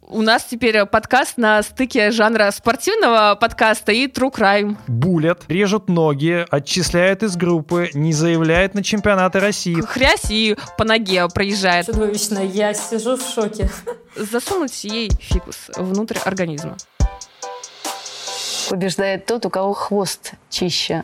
У нас теперь подкаст на стыке жанра спортивного подкаста и true crime. Булят, режут ноги, отчисляют из группы, не заявляет на чемпионаты России. Хрясь и по ноге проезжает. Чудовищно, я сижу в шоке. Засунуть ей фикус внутрь организма. Побеждает тот, у кого хвост чище.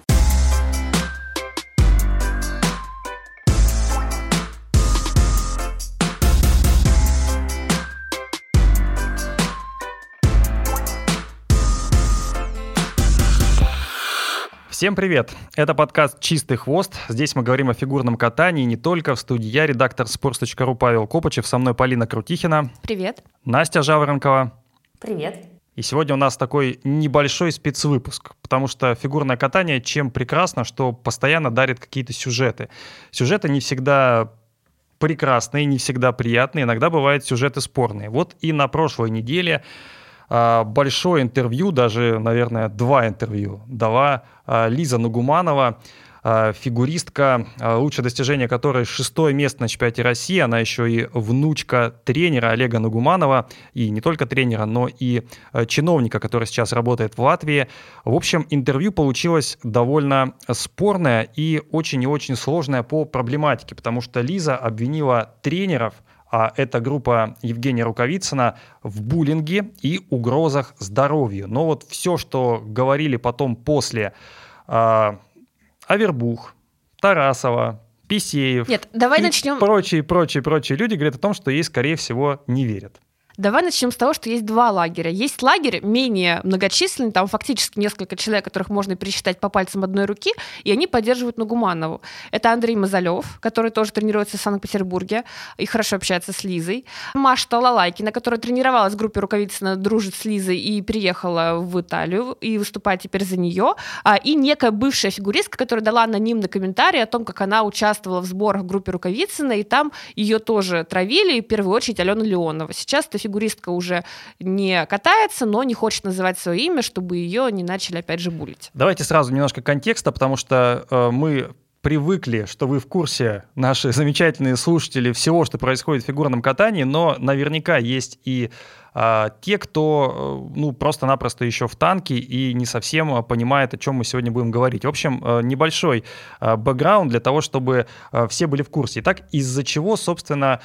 Всем привет! Это подкаст «Чистый хвост». Здесь мы говорим о фигурном катании не только. В студии я, редактор sports.ru Павел Копачев, со мной Полина Крутихина. Привет. Настя Жаворонкова. Привет. И сегодня у нас такой небольшой спецвыпуск, потому что фигурное катание чем прекрасно, что постоянно дарит какие-то сюжеты. Сюжеты не всегда прекрасные, не всегда приятные, иногда бывают сюжеты спорные. Вот и на прошлой неделе большое интервью, даже, наверное, 2 интервью дала Лиза Нугуманова, фигуристка, лучшее достижение которой 6-е место на чемпионате России. Она еще и внучка тренера Олега Нугуманова, и не только тренера, но и чиновника, который сейчас работает в Латвии. В общем, интервью получилось довольно спорное и очень сложное по проблематике, потому что Лиза обвинила тренеров, а это группа Евгения Рукавицына, в буллинге и угрозах здоровью. Но вот все, что говорили потом после Авербух, Тарасова, Писеев и прочие люди говорят о том, что ей, скорее всего, не верят. Давай начнем с того, что есть 2 лагеря. Есть лагерь менее многочисленный, там фактически несколько человек, которых можно пересчитать по пальцам одной руки, и они поддерживают Нугуманову. Это Андрей Мазалев, который тоже тренируется в Санкт-Петербурге и хорошо общается с Лизой. Маша Талалайкина, которая тренировалась в группе Рукавицына, дружит с Лизой и переехала в Италию и выступает теперь за нее. И некая бывшая фигуристка, которая дала анонимный комментарий о том, как она участвовала в сборах в группе Рукавицына, и там ее тоже травили, и в первую очередь Алена Леонова. Сейчас эта фигуристка уже не катается, но не хочет называть свое имя, чтобы ее не начали опять же булить. Давайте сразу немножко контекста, потому что мы привыкли, что вы в курсе, наши замечательные слушатели, всего, что происходит в фигурном катании, но наверняка есть и те, кто просто-напросто еще в танке и не совсем понимает, о чем мы сегодня будем говорить. В общем, небольшой бэкграунд для того, чтобы все были в курсе. Итак, из-за чего, собственно,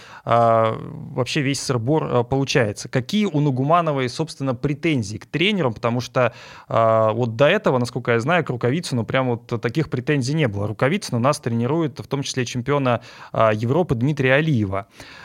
вообще весь сыр-бор получается? Какие у Нугумановой, собственно, претензии к тренерам? Потому что вот до этого, насколько я знаю, к Рукавицыну прям вот таких претензий не было. Рукавицын у нас тренирует в том числе чемпиона Европы Дмитрия Алиева.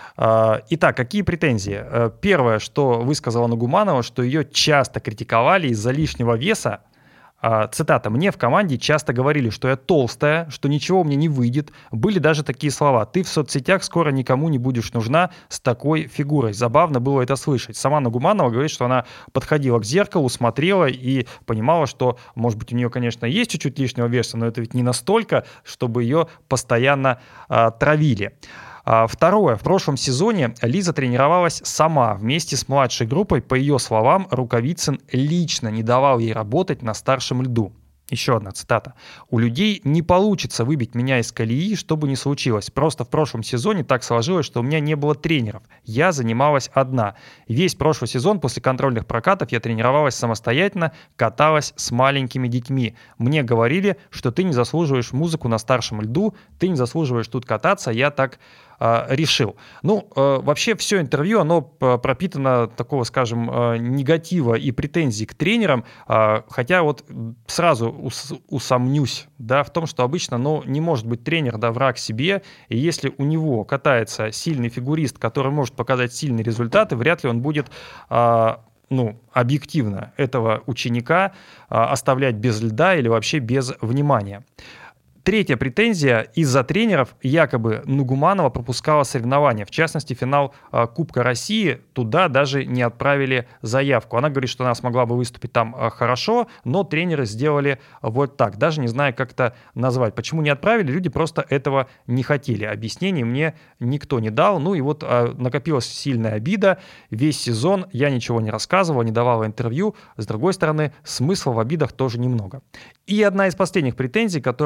Итак, какие претензии? Первое, что высказала Нугуманова, что ее часто критиковали из-за лишнего веса. Цитата: «Мне в команде часто говорили, что я толстая, что ничего мне не выйдет. Были даже такие слова: ты в соцсетях скоро никому не будешь нужна с такой фигурой». Забавно было это слышать. Сама Нугуманова говорит, что она подходила к зеркалу, смотрела и понимала, что, может быть, у нее, конечно, есть чуть-чуть лишнего веса, но это ведь не настолько, чтобы ее постоянно травили. Второе. В прошлом сезоне Лиза тренировалась сама вместе с младшей группой. По ее словам, Рукавицын лично не давал ей работать на старшем льду. Еще одна цитата. «У людей не получится выбить меня из колеи, что бы ни случилось. Просто в прошлом сезоне так сложилось, что у меня не было тренеров. Я занималась одна. Весь прошлый сезон после контрольных прокатов я тренировалась самостоятельно, каталась с маленькими детьми. Мне говорили, что ты не заслуживаешь музыку на старшем льду, ты не заслуживаешь тут кататься, я так решил». Вообще все интервью, оно пропитано такого, скажем, негатива и претензий к тренерам, хотя вот сразу усомнюсь, в том, что обычно, не может быть тренер, враг себе, и если у него катается сильный фигурист, который может показать сильные результаты, вряд ли он будет объективно этого ученика оставлять без льда или вообще без внимания. Третья претензия. Из-за тренеров якобы Нугуманова пропускала соревнования. В частности, финал Кубка России. Туда даже не отправили заявку. Она говорит, что она смогла бы выступить там хорошо, но тренеры сделали вот так. Даже не знаю, как это назвать. Почему не отправили? Люди просто этого не хотели. Объяснений мне никто не дал. И вот накопилась сильная обида. Весь сезон я ничего не рассказывала, не давала интервью. С другой стороны, смысла в обидах тоже немного. И одна из последних претензий, которую сказала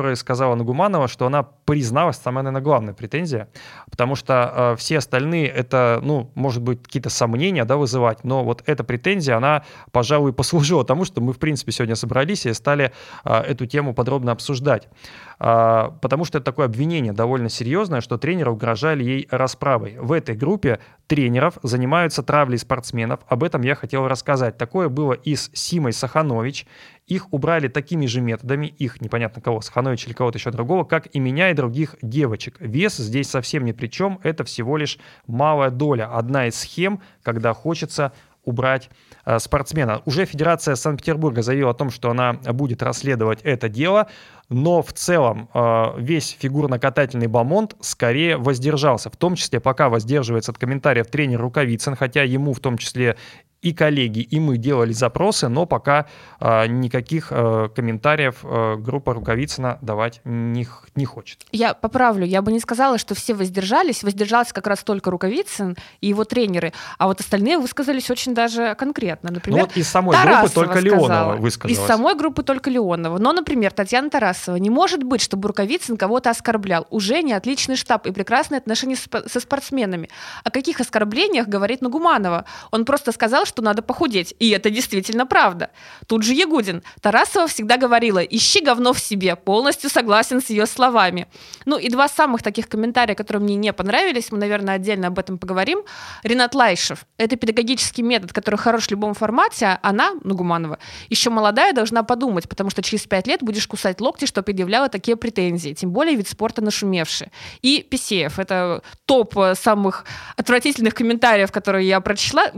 сказала Нугуманова, что она призналась, самая, наверное, главная претензия, потому что все остальные это, может быть, какие-то сомнения, да, вызывать, но вот эта претензия, она, пожалуй, послужила тому, что мы, в принципе, сегодня собрались и стали эту тему подробно обсуждать. Потому что это такое обвинение довольно серьезное, что тренеры угрожали ей расправой. В этой группе тренеров занимаются травлей спортсменов. Об этом я хотел рассказать. Такое было и с Симой Саханович. Их убрали такими же методами, их непонятно кого, Саханович или кого-то еще другого, как и меня и других девочек. Вес здесь совсем ни при чем, это всего лишь малая доля. Одна из схем, когда хочется убрать спортсмена. Уже Федерация Санкт-Петербурга заявила о том, что она будет расследовать это дело, но в целом весь фигурно-катательный бомонд скорее воздержался, в том числе пока воздерживается от комментариев тренер Рукавицын, хотя ему в том числе и коллеги, и мы делали запросы, но пока никаких комментариев группа Рукавицына давать не хочет. Я поправлю, я бы не сказала, что все воздержались. Воздержался как раз только Рукавицын и его тренеры, а вот остальные высказались очень даже конкретно. Например, вот из самой Тарасова группы только Леонова высказалась. Из самой группы только Леонова. Но, например, Татьяна Тарасова. Не может быть, чтобы Рукавицын кого-то оскорблял. Уже не отличный штаб и прекрасные отношения со спортсменами. О каких оскорблениях говорит Нугуманова? Он просто сказал, что надо похудеть. И это действительно правда. Тут же Ягудин. Тарасова всегда говорила: ищи говно в себе. Полностью согласен с ее словами. И два самых таких комментария, которые мне не понравились, мы, наверное, отдельно об этом поговорим. Ринат Лайшев. Это педагогический метод, который хорош в любом формате, а она, Нугуманова, еще молодая, должна подумать, потому что через 5 лет будешь кусать локти, что предъявляла такие претензии. Тем более вид спорта нашумевший. И Писеев. Это топ самых отвратительных комментариев, которые я прочла.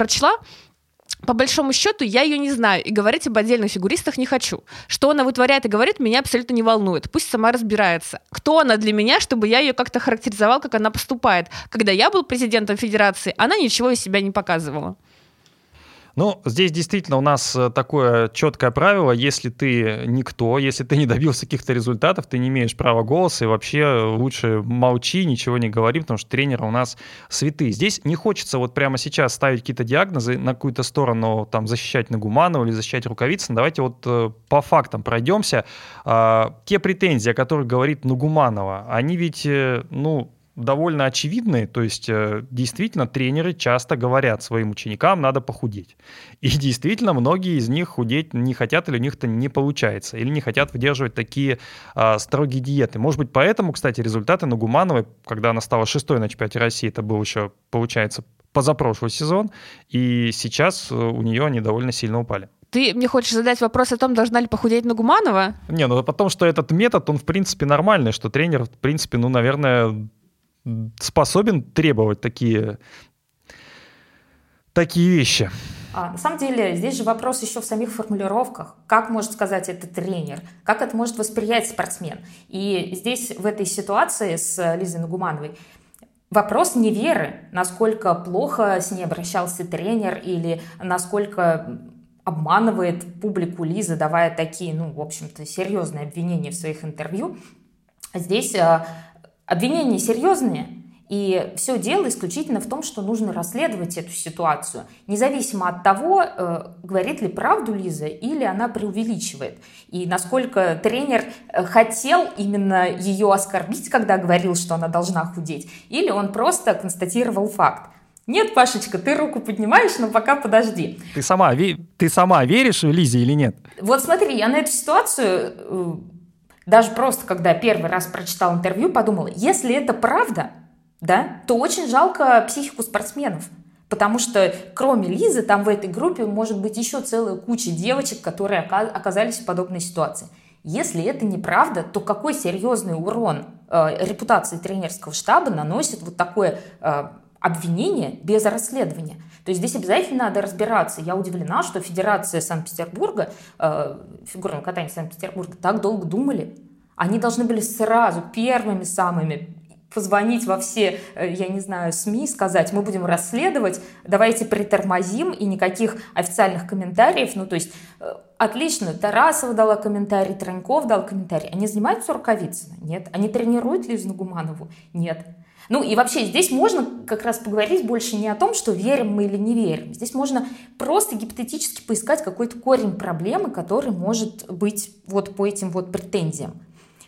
По большому счету, я ее не знаю, и говорить об отдельных фигуристах не хочу. Что она вытворяет и говорит, меня абсолютно не волнует. Пусть сама разбирается. Кто она для меня, чтобы я ее как-то характеризовал, как она поступает? Когда я был президентом федерации, она ничего из себя не показывала. Здесь действительно у нас такое четкое правило: если ты никто, если ты не добился каких-то результатов, ты не имеешь права голоса, и вообще лучше молчи, ничего не говори, потому что тренеры у нас святые. Здесь не хочется вот прямо сейчас ставить какие-то диагнозы на какую-то сторону, защищать Нугуманову или защищать Рукавицына. Давайте по фактам пройдемся. Те претензии, о которых говорит Нугуманова, они ведь, довольно очевидные, то есть действительно тренеры часто говорят своим ученикам: надо похудеть. И действительно многие из них худеть не хотят, или у них это не получается, или не хотят выдерживать такие строгие диеты. Может быть, поэтому, кстати, результаты Нугумановой, когда она стала 6-й на чемпионате России, это был еще, получается, позапрошлый сезон, и сейчас у нее они довольно сильно упали. Ты мне хочешь задать вопрос о том, должна ли похудеть Нугуманова? Потому что этот метод, он в принципе нормальный, что тренер, в принципе, наверное, способен требовать такие вещи. На самом деле, здесь же вопрос еще в самих формулировках. Как может сказать это тренер? Как это может восприять спортсмен? И здесь, в этой ситуации с Лизой Нугумановой, вопрос не веры, насколько плохо с ней обращался тренер или насколько обманывает публику Лиза, давая такие, в общем-то, серьезные обвинения в своих интервью. Здесь обвинения серьезные, и все дело исключительно в том, что нужно расследовать эту ситуацию, независимо от того, говорит ли правду Лиза или она преувеличивает. И насколько тренер хотел именно ее оскорбить, когда говорил, что она должна худеть, или он просто констатировал факт. Нет, Пашечка, ты руку поднимаешь, но пока подожди. Ты сама веришь Лизе или нет? Вот смотри, я на эту ситуацию... Даже просто, когда первый раз прочитала интервью, подумала, если это правда, то очень жалко психику спортсменов. Потому что кроме Лизы, там в этой группе может быть еще целая куча девочек, которые оказались в подобной ситуации. Если это неправда, то какой серьезный урон репутации тренерского штаба наносит вот такое обвинение без расследования? То есть здесь обязательно надо разбираться. Я удивлена, что Федерация Санкт-Петербурга, фигурного катания Санкт-Петербурга, так долго думали. Они должны были сразу первыми самыми позвонить во все, я не знаю, СМИ, сказать: мы будем расследовать, давайте притормозим, и никаких официальных комментариев. То есть отлично, Тарасова дала комментарий, Троньков дал комментарий. Они занимаются Рукавицына? Нет. Они тренируют Лизу Нугуманову? Нет. И вообще здесь можно как раз поговорить больше не о том, что верим мы или не верим. Здесь можно просто гипотетически поискать какой-то корень проблемы, который может быть вот по этим вот претензиям.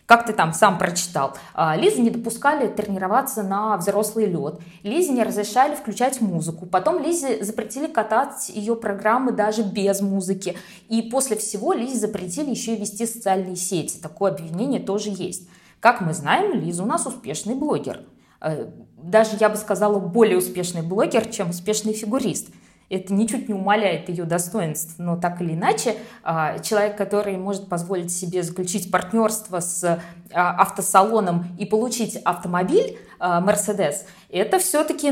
Как ты там сам прочитал, Лизу не допускали тренироваться на взрослый лед, Лизе не разрешали включать музыку, потом Лизе запретили катать ее программы даже без музыки, и после всего Лизе запретили еще и вести социальные сети. Такое обвинение тоже есть. Как мы знаем, Лиза у нас успешный блогер. Даже, я бы сказала, более успешный блогер, чем успешный фигурист. Это ничуть не умаляет ее достоинств, но так или иначе, человек, который может позволить себе заключить партнерство с автосалоном и получить автомобиль Mercedes, это все-таки,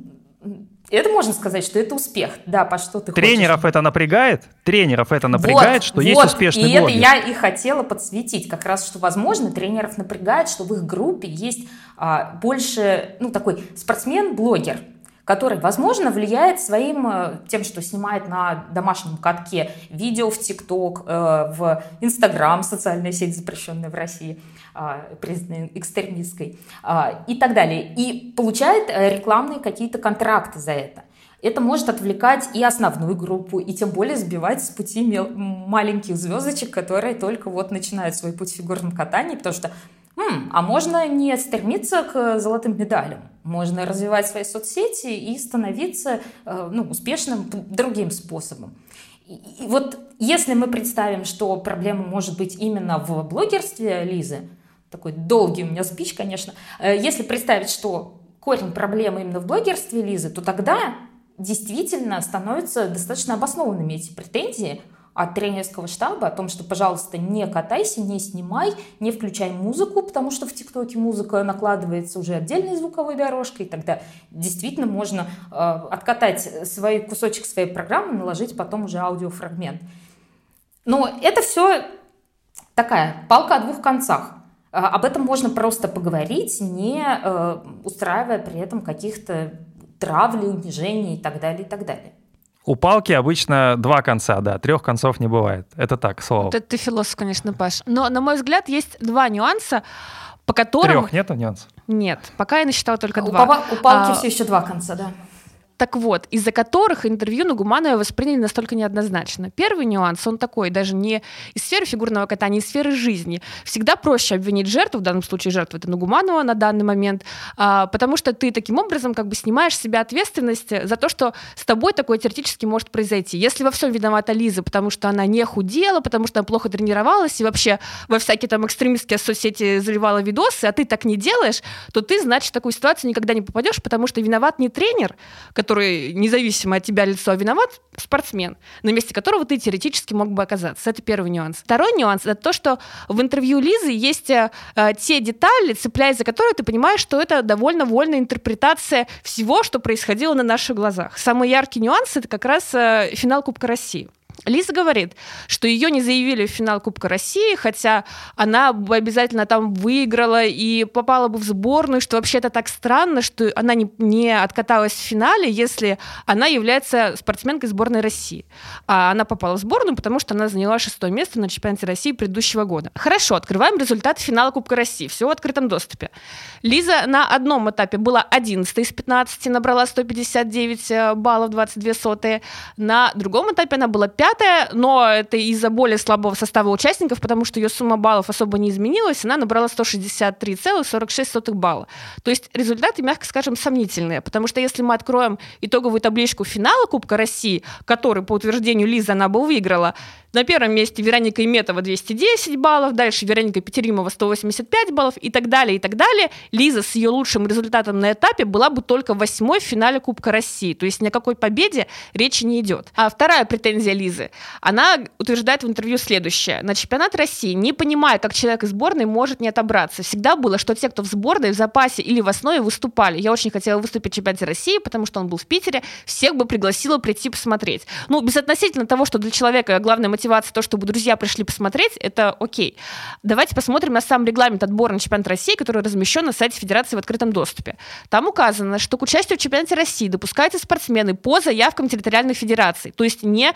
это можно сказать, что это успех. Да, по что ты Тренеров хочешь. Это напрягает? Тренеров это напрягает, что есть успешный блогер? И это я и хотела подсветить, как раз, что, возможно, тренеров напрягает, что в их группе есть больше, такой спортсмен-блогер, который, возможно, влияет своим тем, что снимает на домашнем катке видео в ТикТок, в Инстаграм, социальная сеть, запрещенная в России, признанная экстремистской, и так далее. И получает рекламные какие-то контракты за это. Это может отвлекать и основную группу, и тем более сбивать с пути маленьких звездочек, которые только начинают свой путь в фигурном катании, потому что а можно не стремиться к золотым медалям, можно развивать свои соцсети и становиться успешным другим способом. И если мы представим, что проблема может быть именно в блогерстве Лизы, такой долгий у меня спич, конечно, если представить, что корень проблемы именно в блогерстве Лизы, то тогда действительно становятся достаточно обоснованными эти претензии от тренерского штаба о том, что, пожалуйста, не катайся, не снимай, не включай музыку, потому что в ТикТоке музыка накладывается уже отдельной звуковой дорожкой, и тогда действительно можно откатать кусочек своей программы, наложить потом уже аудиофрагмент. Но это все такая палка о двух концах. Об этом можно просто поговорить, не устраивая при этом каких-то травли, унижений и так далее, и так далее. У палки обычно два конца, да, 3 концов не бывает. Это так, к слову. Это ты философ, конечно, Паш. Но, на мой взгляд, есть 2 нюанса, по которым... 3 нету нюансов? Нет, пока я насчитала только 2. У палки все еще 2 конца, да. Так вот, из-за которых интервью Нугумановой восприняли настолько неоднозначно. Первый нюанс, он такой, даже не из сферы фигурного катания, из сферы жизни. Всегда проще обвинить жертву, в данном случае жертва это Нугуманова на данный момент, потому что ты таким образом снимаешь с себя ответственность за то, что с тобой такое теоретически может произойти. Если во всем виновата Лиза, потому что она не худела, потому что она плохо тренировалась и вообще во всякие экстремистские соцсети заливала видосы, а ты так не делаешь, то ты, значит, в такую ситуацию никогда не попадешь, потому что виноват не тренер, который независимо от тебя лицо, а виноват спортсмен, на месте которого ты теоретически мог бы оказаться. Это первый нюанс. Второй нюанс — это то, что в интервью Лизы есть те детали, цепляясь за которые ты понимаешь, что это довольно вольная интерпретация всего, что происходило на наших глазах. Самый яркий нюанс — это как раз финал Кубка России. Лиза говорит, что ее не заявили в финал Кубка России, хотя она бы обязательно там выиграла и попала бы в сборную, что вообще это так странно, что она не откаталась в финале, если она является спортсменкой сборной России. А она попала в сборную, потому что она заняла 6-е место на чемпионате России предыдущего года. Хорошо, открываем результат финала Кубка России. Все в открытом доступе. Лиза на одном этапе была 11 из 15, набрала 159 баллов, 22 сотые. На другом этапе она была 5-я, но это из-за более слабого состава участников, потому что ее сумма баллов особо не изменилась, она набрала 163,46 балла. То есть результаты, мягко скажем, сомнительные, потому что если мы откроем итоговую табличку финала Кубка России, который, по утверждению Лизы, она бы выиграла, на первом месте Вероника Иметова 210 баллов, дальше Вероника Петеримова 185 баллов и так далее, и так далее. Лиза с ее лучшим результатом на этапе была бы только 8-й в финале Кубка России. То есть ни о какой победе речи не идет. А вторая претензия Лизы. Она утверждает в интервью следующее. На чемпионат России, не понимая, как человек из сборной может не отобраться. Всегда было, что те, кто в сборной, в запасе или в основе выступали. Я очень хотела выступить в чемпионате России, потому что он был в Питере. Всех бы пригласила прийти посмотреть. Безотносительно того, что для человека главная мотивация то, чтобы друзья пришли посмотреть, это окей. Давайте посмотрим на сам регламент отбора на чемпионат России, который размещен на сайте Федерации в открытом доступе. Там указано, что к участию в чемпионате России допускаются спортсмены по заявкам территориальных федераций. То есть не тренер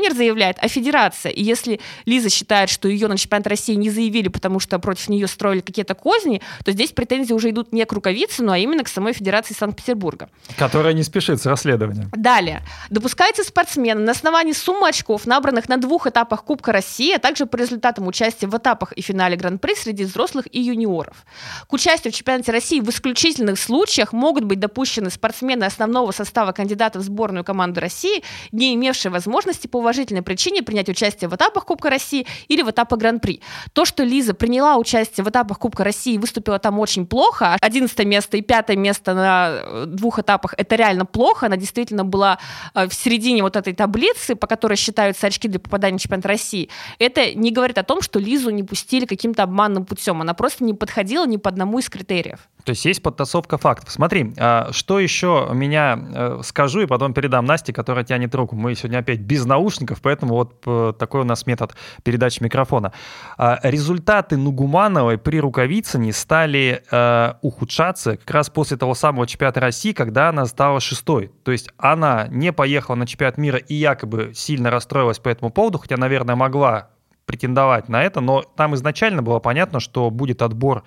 тренер заявляет, а федерация. И если Лиза считает, что ее на чемпионат России не заявили, потому что против нее строили какие-то козни, то здесь претензии уже идут не к Рукавицыну, а именно к самой Федерации Санкт-Петербурга. Которая не спешит с расследованием. Далее. Допускается спортсмены на основании суммы очков, набранных на 2 этапах Кубка России, а также по результатам участия в этапах и финале Гран-при среди взрослых и юниоров. К участию в чемпионате России в исключительных случаях могут быть допущены спортсмены основного состава кандидатов в сборную команду России, не имевшие возможности по уважительной причине принять участие в этапах Кубка России или в этапах Гран-при. То, что Лиза приняла участие в этапах Кубка России и выступила там очень плохо, 11 место и 5 место на 2 этапах, это реально плохо. Она действительно была в середине вот этой таблицы, по которой считаются очки для попадания в чемпионат России. Это не говорит о том, что Лизу не пустили каким-то обманным путем. Она просто не подходила ни по одному из критериев. То есть есть подтасовка фактов. Смотри, что еще меня скажу и потом передам Насте, которая тянет руку. Мы сегодня опять без наушников, поэтому вот такой у нас метод передачи микрофона. Результаты Нугумановой при Рукавицыне стали ухудшаться как раз после того самого чемпионата России, когда она стала 6-й. То есть она не поехала на чемпионат мира и якобы сильно расстроилась по этому поводу, хотя, наверное, могла претендовать на это, но там изначально было понятно, что будет отбор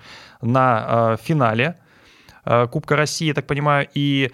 на финале Кубка России, я так понимаю, и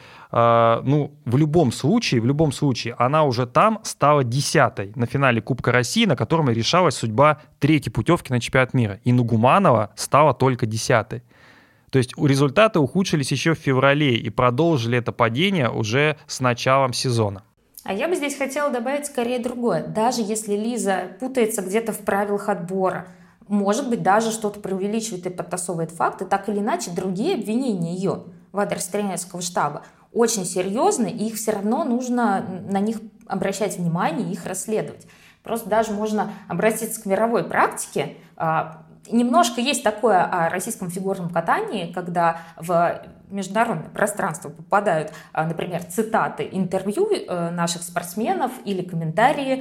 в любом случае она уже там стала 10-й на финале Кубка России, на котором и решалась судьба 3-й путевки на чемпионат мира. И Нугуманова стала только 10-й. То есть результаты ухудшились еще в феврале и продолжили это падение уже с началом сезона. А я бы здесь хотела добавить скорее другое. Даже если Лиза путается где-то в правилах отбора, может быть, даже что-то преувеличивает и подтасовывает факты, так или иначе другие обвинения ее в адрес тренерского штаба очень серьезны, и их все равно нужно на них обращать внимание и их расследовать. Просто даже можно обратиться к мировой практике. Немножко есть такое о российском фигурном катании, когда в международное пространство попадают, например, цитаты интервью наших спортсменов или комментарии,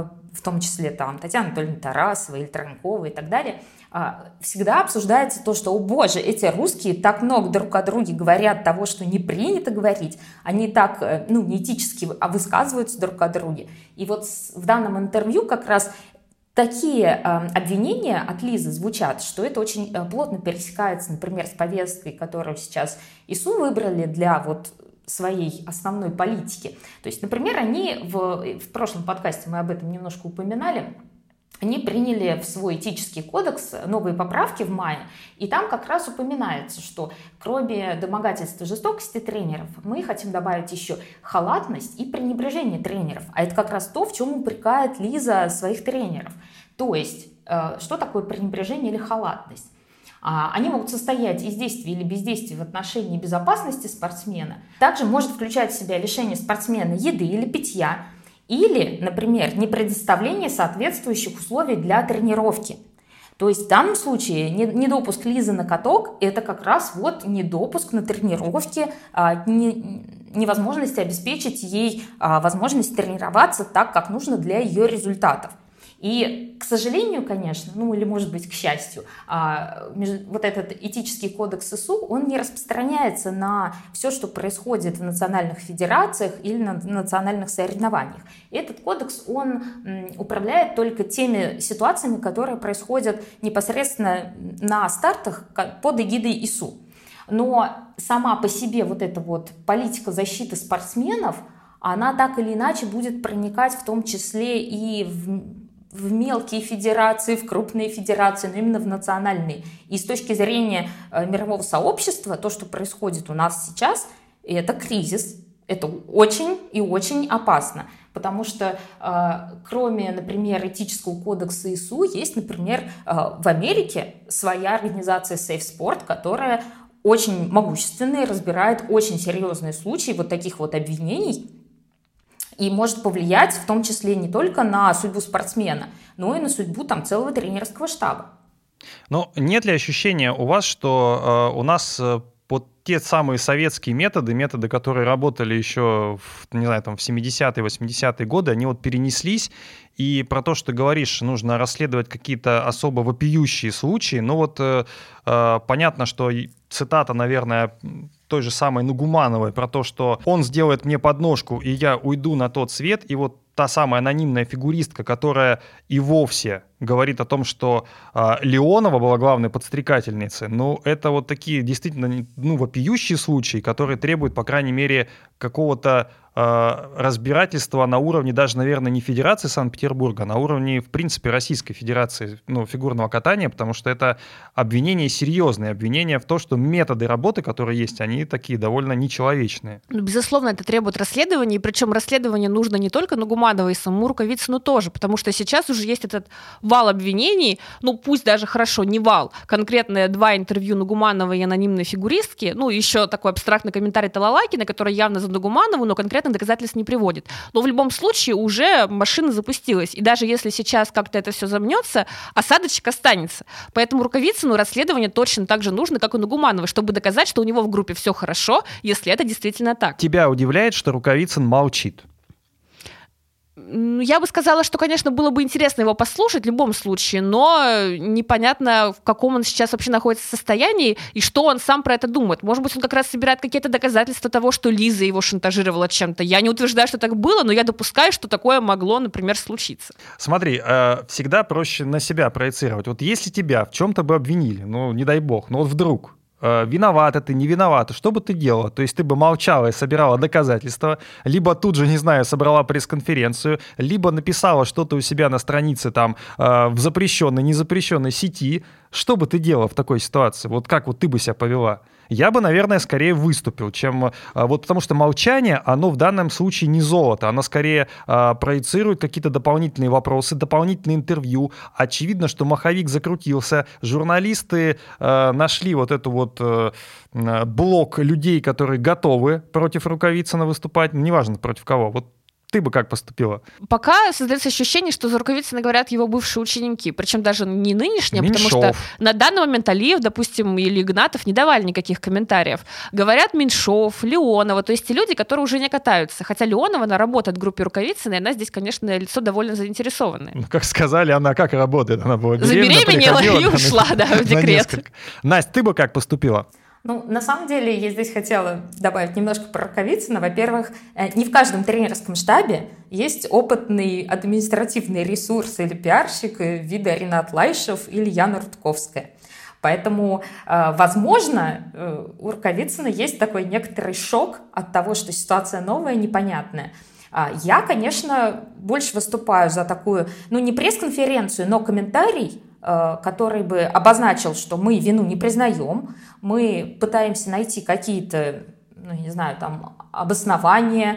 в том числе там Татьяны Анатольевны Тарасовой или Троньковой и так далее. Всегда обсуждается то, что, о боже, эти русские так много друг о друге говорят того, что не принято говорить, они так, неэтически высказываются друг о друге. И вот в данном интервью как раз такие обвинения от Лизы звучат, что это очень плотно пересекается, например, с повесткой, которую сейчас ИСУ выбрали для вот своей основной политики. То есть, например, они в прошлом подкасте, мы об этом немножко упоминали, они приняли в свой этический кодекс новые поправки в мае, и там как раз упоминается, что кроме домогательства и жестокости тренеров, мы хотим добавить еще халатность и пренебрежение тренеров. А это как раз то, в чем упрекает Лиза своих тренеров. То есть, что такое пренебрежение или халатность? Они могут состоять из действий или бездействий в отношении безопасности спортсмена. Также может включать в себя лишение спортсмена еды или питья, или, например, не предоставление соответствующих условий для тренировки. То есть в данном случае недопуск Лизы на каток – это как раз вот недопуск на тренировке, невозможность обеспечить ей возможность тренироваться так, как нужно для ее результатов. И, к сожалению, конечно, или, может быть, к счастью, вот этот этический кодекс ИСУ, он не распространяется на все, что происходит в национальных федерациях или на национальных соревнованиях. Этот кодекс, он управляет только теми ситуациями, которые происходят непосредственно на стартах под эгидой ИСУ. Но сама по себе вот эта вот политика защиты спортсменов, она так или иначе будет проникать в том числе и в мелкие федерации, в крупные федерации, но именно в национальные. И с точки зрения мирового сообщества, то, что происходит у нас сейчас, это кризис. Это очень и очень опасно. Потому что кроме, например, этического кодекса ИСУ, есть, например, в Америке своя организация Safe Sport, которая очень могущественная, разбирает очень серьезные случаи вот таких вот обвинений, и может повлиять в том числе не только на судьбу спортсмена, но и на судьбу там целого тренерского штаба. Но нет ли ощущения у вас, что у нас вот те самые советские методы, которые работали еще в 70-е, 80-е годы, они вот перенеслись, и про то, что ты говоришь, нужно расследовать какие-то особо вопиющие случаи, понятно, что цитата, наверное, той же самой Нугумановой про то, что он сделает мне подножку, и я уйду на тот свет, и вот та самая анонимная фигуристка, которая и вовсе говорит о том, что Леонова была главной подстрекательницей, это вот такие действительно вопиющие случаи, которые требуют, по крайней мере, какого-то разбирательства на уровне даже, наверное, не Федерации Санкт-Петербурга, а на уровне, в принципе, Российской Федерации фигурного катания, потому что это обвинения серьезные, обвинения в том, что методы работы, которые есть, они такие довольно нечеловечные. Безусловно, это требует расследования, и причем расследование нужно не только Нугумановой и самому Рукавицыну тоже, потому что сейчас уже есть этот вал обвинений, пусть даже хорошо, не вал, конкретно 2 интервью Нугумановой и анонимной фигуристки, еще такой абстрактный комментарий Талалакина, который явно за Нугуманову, но конкретных доказательств не приводит. Но в любом случае уже машина запустилась, и даже если сейчас как-то это все замнется, осадочек останется. Поэтому Рукавицыну расследование точно так же нужно, как и Нугумановой, чтобы доказать, что у него в группе все хорошо, если это действительно так. Тебя удивляет, что Рукавицын молчит? Я бы сказала, что, конечно, было бы интересно его послушать в любом случае, но непонятно, в каком он сейчас вообще находится состоянии и что он сам про это думает. Может быть, он как раз собирает какие-то доказательства того, что Лиза его шантажировала чем-то. Я не утверждаю, что так было, но я допускаю, что такое могло, например, случиться. Смотри, всегда проще на себя проецировать. Вот если тебя в чем-то бы обвинили, не дай бог, вдруг... виновата ты, не виновата, что бы ты делала? То есть ты бы молчала и собирала доказательства, либо тут же, не знаю, собрала пресс-конференцию, либо написала что-то у себя на странице там в запрещенной, незапрещенной сети. Что бы ты делала в такой ситуации? Вот как вот ты бы себя повела? Я бы, наверное, скорее выступил, чем... потому что молчание, оно в данном случае не золото, оно скорее проецирует какие-то дополнительные вопросы, дополнительные интервью. Очевидно, что маховик закрутился, журналисты нашли вот эту вот блок людей, которые готовы против Рукавицына выступать, неважно против кого. Вот ты бы как поступила? Пока создается ощущение, что за Рукавицына говорят его бывшие ученики, причем даже не нынешние, Меньшов. потому что на данный момент Алиев, допустим, или Игнатов не давали никаких комментариев. Говорят Меньшов, Леонова, то есть те люди, которые уже не катаются. Хотя Леонова, она работает в группе Рукавицына, и она здесь, конечно, лицо довольно заинтересованное. Как сказали, она как работает? Она была забеременела и ушла, в декрет. Настя, ты бы как поступила? На самом деле, я здесь хотела добавить немножко про Рукавицына. Во-первых, не в каждом тренерском штабе есть опытный административный ресурс или пиарщик вида Ринат Лайшев или Яна Рудковская. Поэтому, возможно, у Рукавицына есть такой некоторый шок от того, что ситуация новая, непонятная. Я, конечно, больше выступаю за такую, не пресс-конференцию, но комментарий, который бы обозначил, что мы вину не признаем, мы пытаемся найти какие-то, обоснования,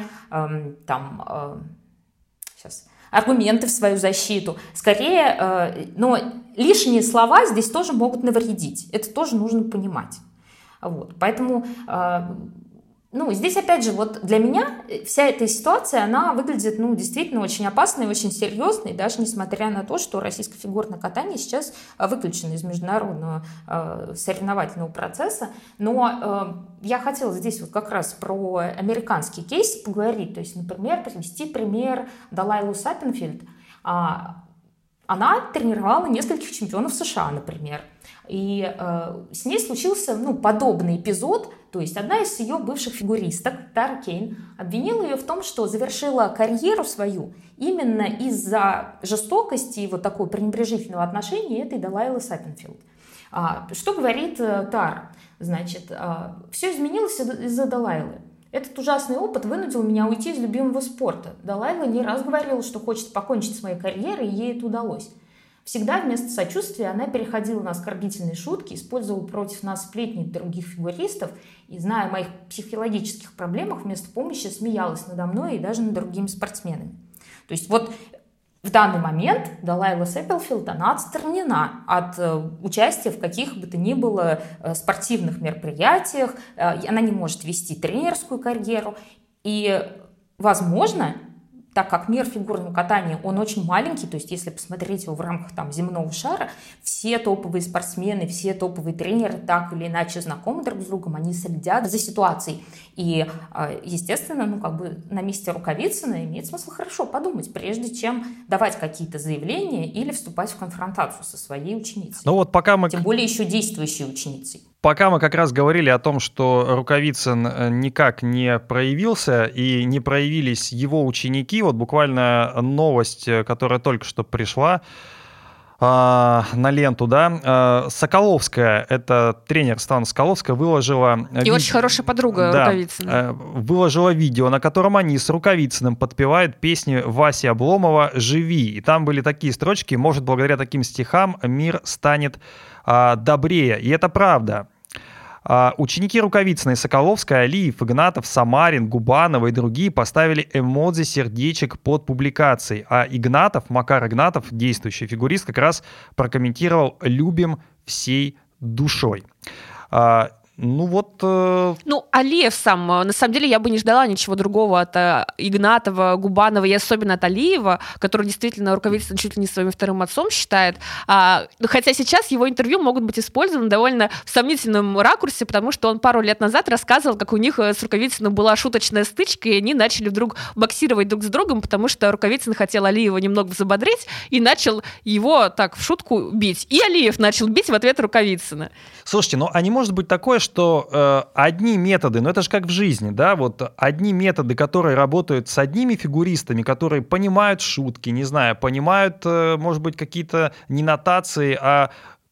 аргументы в свою защиту. Скорее, но лишние слова здесь тоже могут навредить. Это тоже нужно понимать. Поэтому... здесь, опять же, для меня вся эта ситуация, она выглядит, действительно очень опасной, очень серьезной, даже несмотря на то, что российское фигурное катание сейчас выключено из международного соревновательного процесса. Но я хотела здесь как раз про американский кейс поговорить. То есть, например, привести пример Далайлу Саппенфельд. Она тренировала нескольких чемпионов США, например. И с ней случился подобный эпизод. То есть одна из ее бывших фигуристок, Тара Кейн, обвинила ее в том, что завершила карьеру свою именно из-за жестокости и такого пренебрежительного отношения этой Далайлы Саппенфельд. Что говорит Тара? Значит, все изменилось из-за Далайлы. Этот ужасный опыт вынудил меня уйти из любимого спорта. Далайла не раз говорила, что хочет покончить с моей карьерой, и ей это удалось. Всегда вместо сочувствия она переходила на оскорбительные шутки, использовала против нас сплетни других фигуристов и, зная о моих психологических проблемах, вместо помощи смеялась надо мной и даже над другими спортсменами. То есть в данный момент Далайла Саппенфельд, она отстранена от участия в каких бы то ни было спортивных мероприятиях, она не может вести тренерскую карьеру. И, возможно, так как мир фигурного катания, он очень маленький, то есть если посмотреть его в рамках земного шара, все топовые спортсмены, все топовые тренеры так или иначе знакомы друг с другом, они следят за ситуацией. И, естественно, на месте Рукавицына имеет смысл хорошо подумать, прежде чем давать какие-то заявления или вступать в конфронтацию со своей ученицей. Пока мы... Тем более еще действующей ученицей. пока мы как раз говорили о том, что Рукавицын никак не проявился и не проявились его ученики, вот буквально новость, которая только что пришла на ленту, да. Соколовская, это тренер Светлана Соколовская, выложила... И очень хорошая подруга Рукавицына. Выложила видео, на котором они с Рукавицыным подпевают песни Васи Обломова «Живи». И там были такие строчки: «Может, благодаря таким стихам мир станет добрее». И это правда. Ученики Рукавицына и Соколовской, Алиев, Игнатов, Самарин, Губанова и другие поставили эмодзи сердечек под публикацией. А Игнатов, Макар Игнатов, действующий фигурист, как раз прокомментировал: «Любим всей душой». Алиев сам, на самом деле, я бы не ждала ничего другого от Игнатова, Губанова и особенно от Алиева, который действительно Рукавицына чуть ли не своим вторым отцом считает. Хотя сейчас его интервью могут быть использованы довольно в сомнительном ракурсе, потому что он пару лет назад рассказывал, как у них с Рукавицыным была шуточная стычка, и они начали вдруг боксировать друг с другом, потому что Рукавицын хотел Алиева немного взбодрить и начал его так в шутку бить. И Алиев начал бить в ответ Рукавицына. Слушайте, а не может быть такое, что одни методы, это же как в жизни, да, вот одни методы, которые работают с одними фигуристами, которые понимают шутки, не знаю, понимают, может быть, какие-то не нотации, а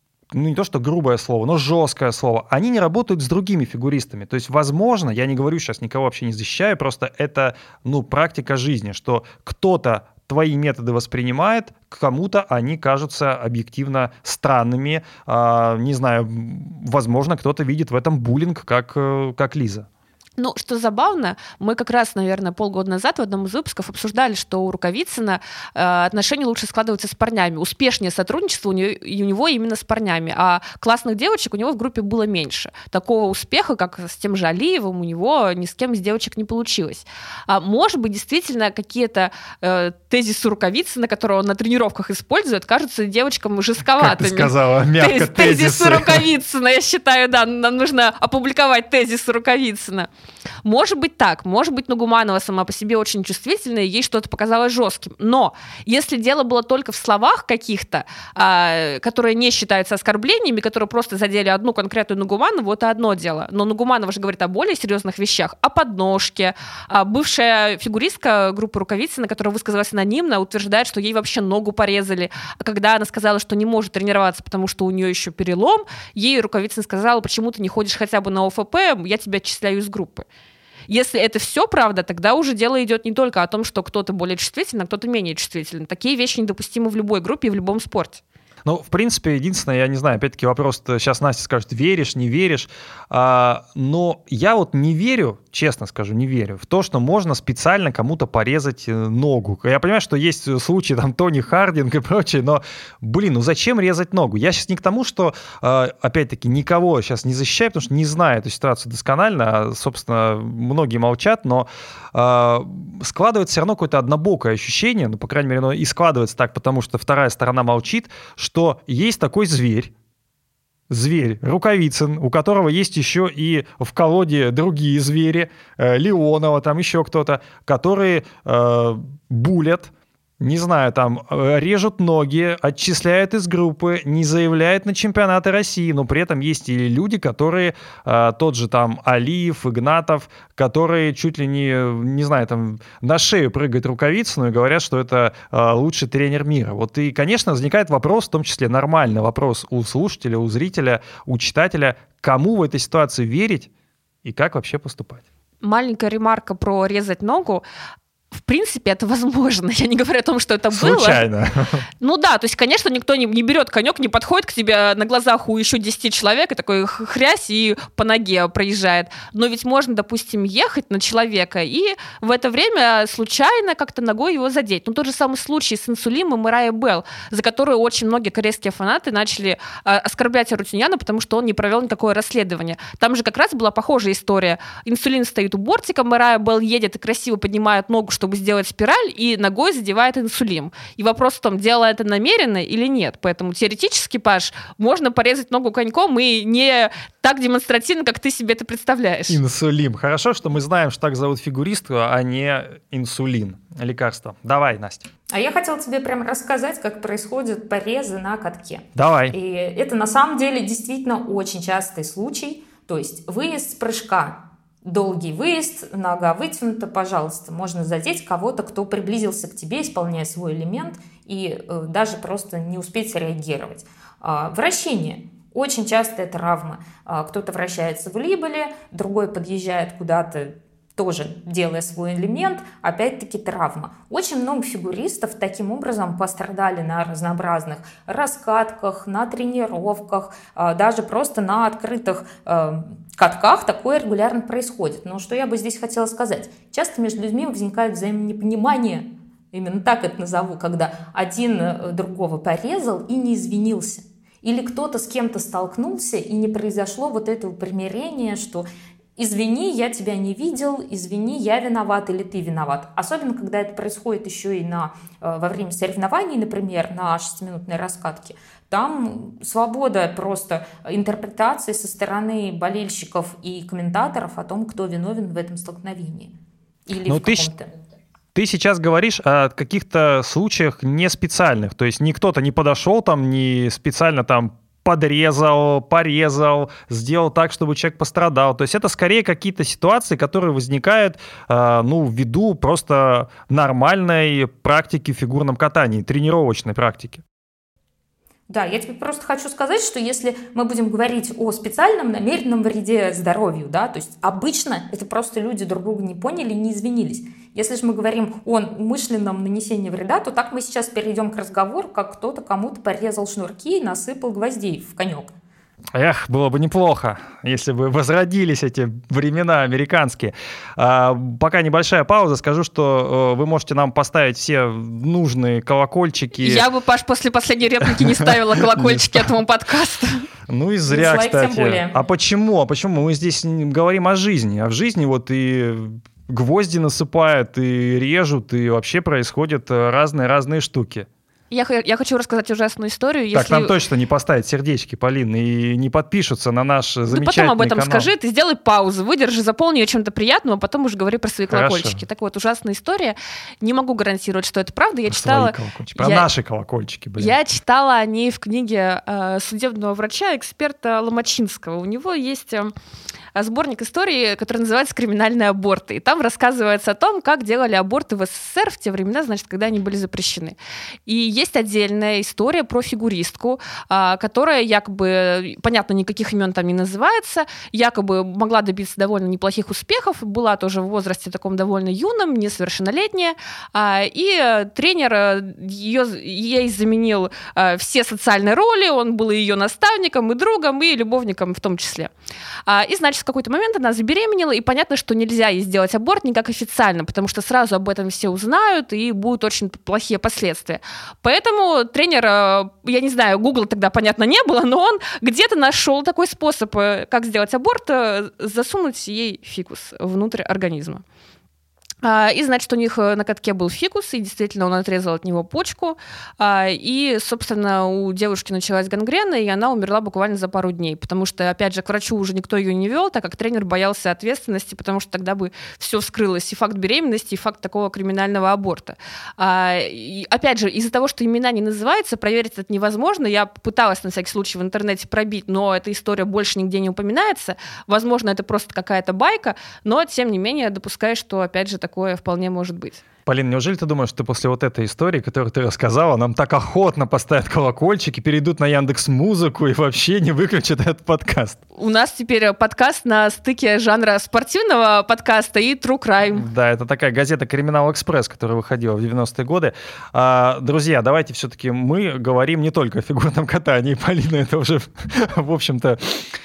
не то что грубое слово, но жесткое слово, они не работают с другими фигуристами. То есть, возможно, я не говорю сейчас, никого вообще не защищаю, просто это, практика жизни, что кто-то твои методы воспринимает, кому-то они кажутся объективно странными. Не знаю, возможно, кто-то видит в этом буллинг, как Лиза. Что забавно, мы как раз, наверное, полгода назад в одном из выпусков обсуждали, что у Рукавицына отношения лучше складываются с парнями. Успешнее сотрудничество у него именно с парнями, а классных девочек у него в группе было меньше. Такого успеха, как с тем же Алиевым, у него ни с кем из девочек не получилось. Может быть, действительно, какие-то тезисы Рукавицына, которые он на тренировках использует, кажутся девочкам жестковатыми. Как ты сказала, мягко тезисы Рукавицына, я считаю, да, нам нужно опубликовать тезисы Рукавицына. Может быть так, может быть, Нугуманова сама по себе очень чувствительная, ей что-то показалось жестким. Но если дело было только в словах каких-то, которые не считаются оскорблениями, которые просто задели одну конкретную Нугуманову, это одно дело. Но Нугуманова же говорит о более серьезных вещах, о подножке. Бывшая фигуристка группы Рукавицына, которая высказалась анонимно, утверждает, что ей вообще ногу порезали. А когда она сказала, что не может тренироваться, потому что у нее еще перелом, ей Рукавицын сказала: почему ты не ходишь хотя бы на ОФП, я тебя отчисляю из группы. Если это все правда, тогда уже дело идет не только о том, что кто-то более чувствителен, а кто-то менее чувствителен. Такие вещи недопустимы в любой группе и в любом спорте. В принципе, единственное, я не знаю, опять-таки вопрос, сейчас Настя скажет, веришь, не веришь, но я не верю, честно скажу, не верю в то, что можно специально кому-то порезать ногу. Я понимаю, что есть случаи, Тони Хардинг и прочее, но, зачем резать ногу? Я сейчас не к тому, что, опять-таки, никого сейчас не защищаю, потому что не знаю эту ситуацию досконально, собственно, многие молчат, но складывается все равно какое-то однобокое ощущение, по крайней мере, оно и складывается так, потому что вторая сторона молчит, что есть такой зверь Рукавицын, у которого есть еще и в колоде другие звери, Леонова, еще кто-то, которые булят, не знаю, режут ноги, отчисляют из группы, не заявляют на чемпионаты России, но при этом есть и люди, которые, тот же Алиев, Игнатов, которые чуть ли не знаю, на шею прыгают Рукавицыну и говорят, что это лучший тренер мира. И, конечно, возникает вопрос, в том числе нормальный вопрос у слушателя, у зрителя, у читателя, кому в этой ситуации верить и как вообще поступать. Маленькая ремарка про резать ногу. В принципе, это возможно. Я не говорю о том, что это было. Случайно. То есть, конечно, никто не берет конек, не подходит к тебе на глазах у еще 10 человек и такой хрясь и по ноге проезжает. Но ведь можно, допустим, ехать на человека и в это время случайно как-то ногой его задеть. Тот же самый случай с Инсулином и Райей Белл, за которую очень многие корейские фанаты начали оскорблять Арутюняна, потому что он не провел никакое расследование. Там же как раз была похожая история. Инсулин стоит у бортика, Райей Белл едет и красиво поднимает ногу, чтобы сделать спираль, и ногой задевает инсулин. И вопрос в том, делала это намеренно или нет. Поэтому теоретически, Паш, можно порезать ногу коньком и не так демонстративно, как ты себе это представляешь. Инсулин. Хорошо, что мы знаем, что так зовут фигуристку, а не инсулин. Лекарство. Давай, Настя. А я хотела тебе прям рассказать, как происходят порезы на катке. Давай. И это на самом деле действительно очень частый случай. То есть выезд с прыжка, долгий выезд, нога вытянута, пожалуйста, можно задеть кого-то, кто приблизился к тебе, исполняя свой элемент, и даже просто не успеть среагировать. Вращение. Очень часто это травма. Кто-то вращается в либоле, другой подъезжает куда-то, тоже делая свой элемент, опять-таки травма. Очень много фигуристов таким образом пострадали на разнообразных раскатках, на тренировках, даже просто на открытых катках такое регулярно происходит. Но что я бы здесь хотела сказать? Часто между людьми возникает взаимонепонимание, именно так это назову, когда один другого порезал и не извинился. Или кто-то с кем-то столкнулся и не произошло вот этого примирения, что извини, я тебя не видел, извини, я виноват или ты виноват. Особенно, когда это происходит еще и во время соревнований, например, на 6-минутной раскатке. Там свобода просто интерпретации со стороны болельщиков и комментаторов о том, кто виновен в этом столкновении. Или в каком-то... Ты сейчас говоришь о каких-то случаях не специальных, то есть кто-то не подошел там, не специально там подрезал, порезал, сделал так, чтобы человек пострадал. То есть это скорее какие-то ситуации, которые возникают ввиду просто нормальной практики в фигурном катании, тренировочной практики. Да, я тебе просто хочу сказать, что если мы будем говорить о специальном намеренном вреде здоровью, да, то есть обычно это просто люди друг друга не поняли, не извинились. Если же мы говорим о умышленном нанесении вреда, то так мы сейчас перейдем к разговору, как кто-то кому-то порезал шнурки и насыпал гвоздей в конек. Эх, было бы неплохо, если бы возродились эти времена американские. Пока небольшая пауза, скажу, что вы можете нам поставить все нужные колокольчики. Я бы, Паш, после последней реплики не ставила колокольчики этому подкасту. Ну и зря, кстати. А почему? Мы здесь говорим о жизни. А в жизни вот и гвозди насыпают, и режут, и вообще происходят разные штуки. Я хочу рассказать ужасную историю. Так, нам точно не поставят сердечки, Полин, и не подпишутся на наш замечательный канал. Ты потом об этом скажи, ты сделай паузу, выдержи, заполни ее чем-то приятным, а потом уже говори про свои колокольчики. Так вот, ужасная история. Не могу гарантировать, что это правда. Я читала... Про наши колокольчики, блин. Я читала о ней в книге судебного врача, эксперта Ломачинского. У него есть сборник истории, который называется «Криминальные аборты». И там рассказывается о том, как делали аборты в СССР в те времена, значит, когда они были запрещены. И есть отдельная история про фигуристку, которая якобы, понятно, никаких имен там не называется, якобы могла добиться довольно неплохих успехов, была тоже в возрасте таком довольно юном, несовершеннолетняя, и тренер ей заменил все социальные роли, он был ее наставником, и другом, и любовником в том числе. И, значит, в какой-то момент она забеременела, и понятно, что нельзя ей сделать аборт никак официально, потому что сразу об этом все узнают, и будут очень плохие последствия. Поэтому тренер, я не знаю, Google тогда, понятно, не было, но он где-то нашел такой способ, как сделать аборт, засунуть ей фикус внутрь организма. И, значит, у них на катке был фикус, и действительно он отрезал от него почку, и, собственно, у девушки началась гангрена, и она умерла буквально за пару дней, потому что, опять же, к врачу уже никто ее не вел, так как тренер боялся ответственности, потому что тогда бы все вскрылось, и факт беременности, и факт такого криминального аборта. И, опять же, из-за того, что имена не называются, проверить это невозможно. Я пыталась на всякий случай в интернете пробить, но эта история больше нигде не упоминается. Возможно, это просто какая-то байка, но, тем не менее, допускаю, что, опять же, такое вполне может быть. Полин, неужели ты думаешь, что после вот этой истории, которую ты рассказала, нам так охотно поставят колокольчики, перейдут на Яндекс.Музыку и вообще не выключат этот подкаст? У нас теперь подкаст на стыке жанра спортивного подкаста и True Crime. Да, это такая газета «Криминал Экспресс», которая выходила в 90-е годы. Друзья, давайте все-таки мы говорим не только о фигурном катании. Полина, это уже, в общем-то,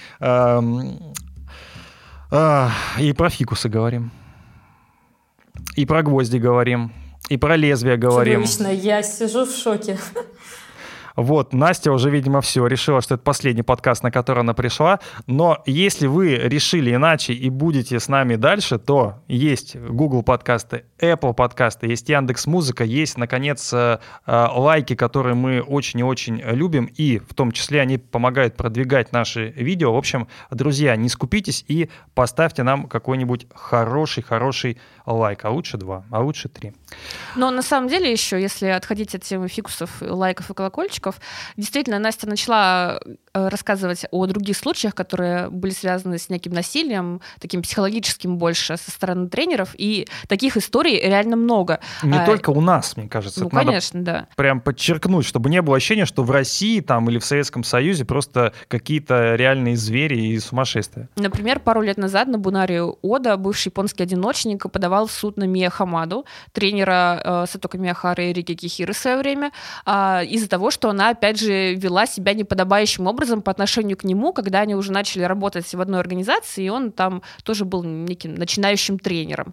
и про фикусы говорим. И про гвозди говорим, и про лезвия говорим. Чудовищно, я сижу в шоке. Вот, Настя уже, видимо, все, решила, что это последний подкаст, на который она пришла. Но если вы решили иначе и будете с нами дальше, то есть Google подкасты, Apple подкасты, есть Яндекс.Музыка, есть, наконец, лайки, которые мы очень и очень любим, и в том числе они помогают продвигать наши видео. В общем, друзья, не скупитесь и поставьте нам какой-нибудь хороший лайк, а лучше 2, а лучше 3. Но на самом деле еще, если отходить от темы фикусов, лайков и колокольчиков, действительно, Настя начала рассказывать о других случаях, которые были связаны с неким насилием, таким психологическим больше, со стороны тренеров, и таких историй реально много. Не только у нас, мне кажется. Ну, это конечно, надо да. прям подчеркнуть, чтобы не было ощущения, что в России там, или в Советском Союзе просто какие-то реальные звери и сумасшествия. Например, пару лет назад на Бунаре Ода бывший японский одиночник подавал в суд на Мия Хамаду, тренера Сатока Миохары и Рики Кихиры в свое время, из-за того, что она, опять же, вела себя неподобающим образом по отношению к нему, когда они уже начали работать в одной организации, и он там тоже был неким начинающим тренером.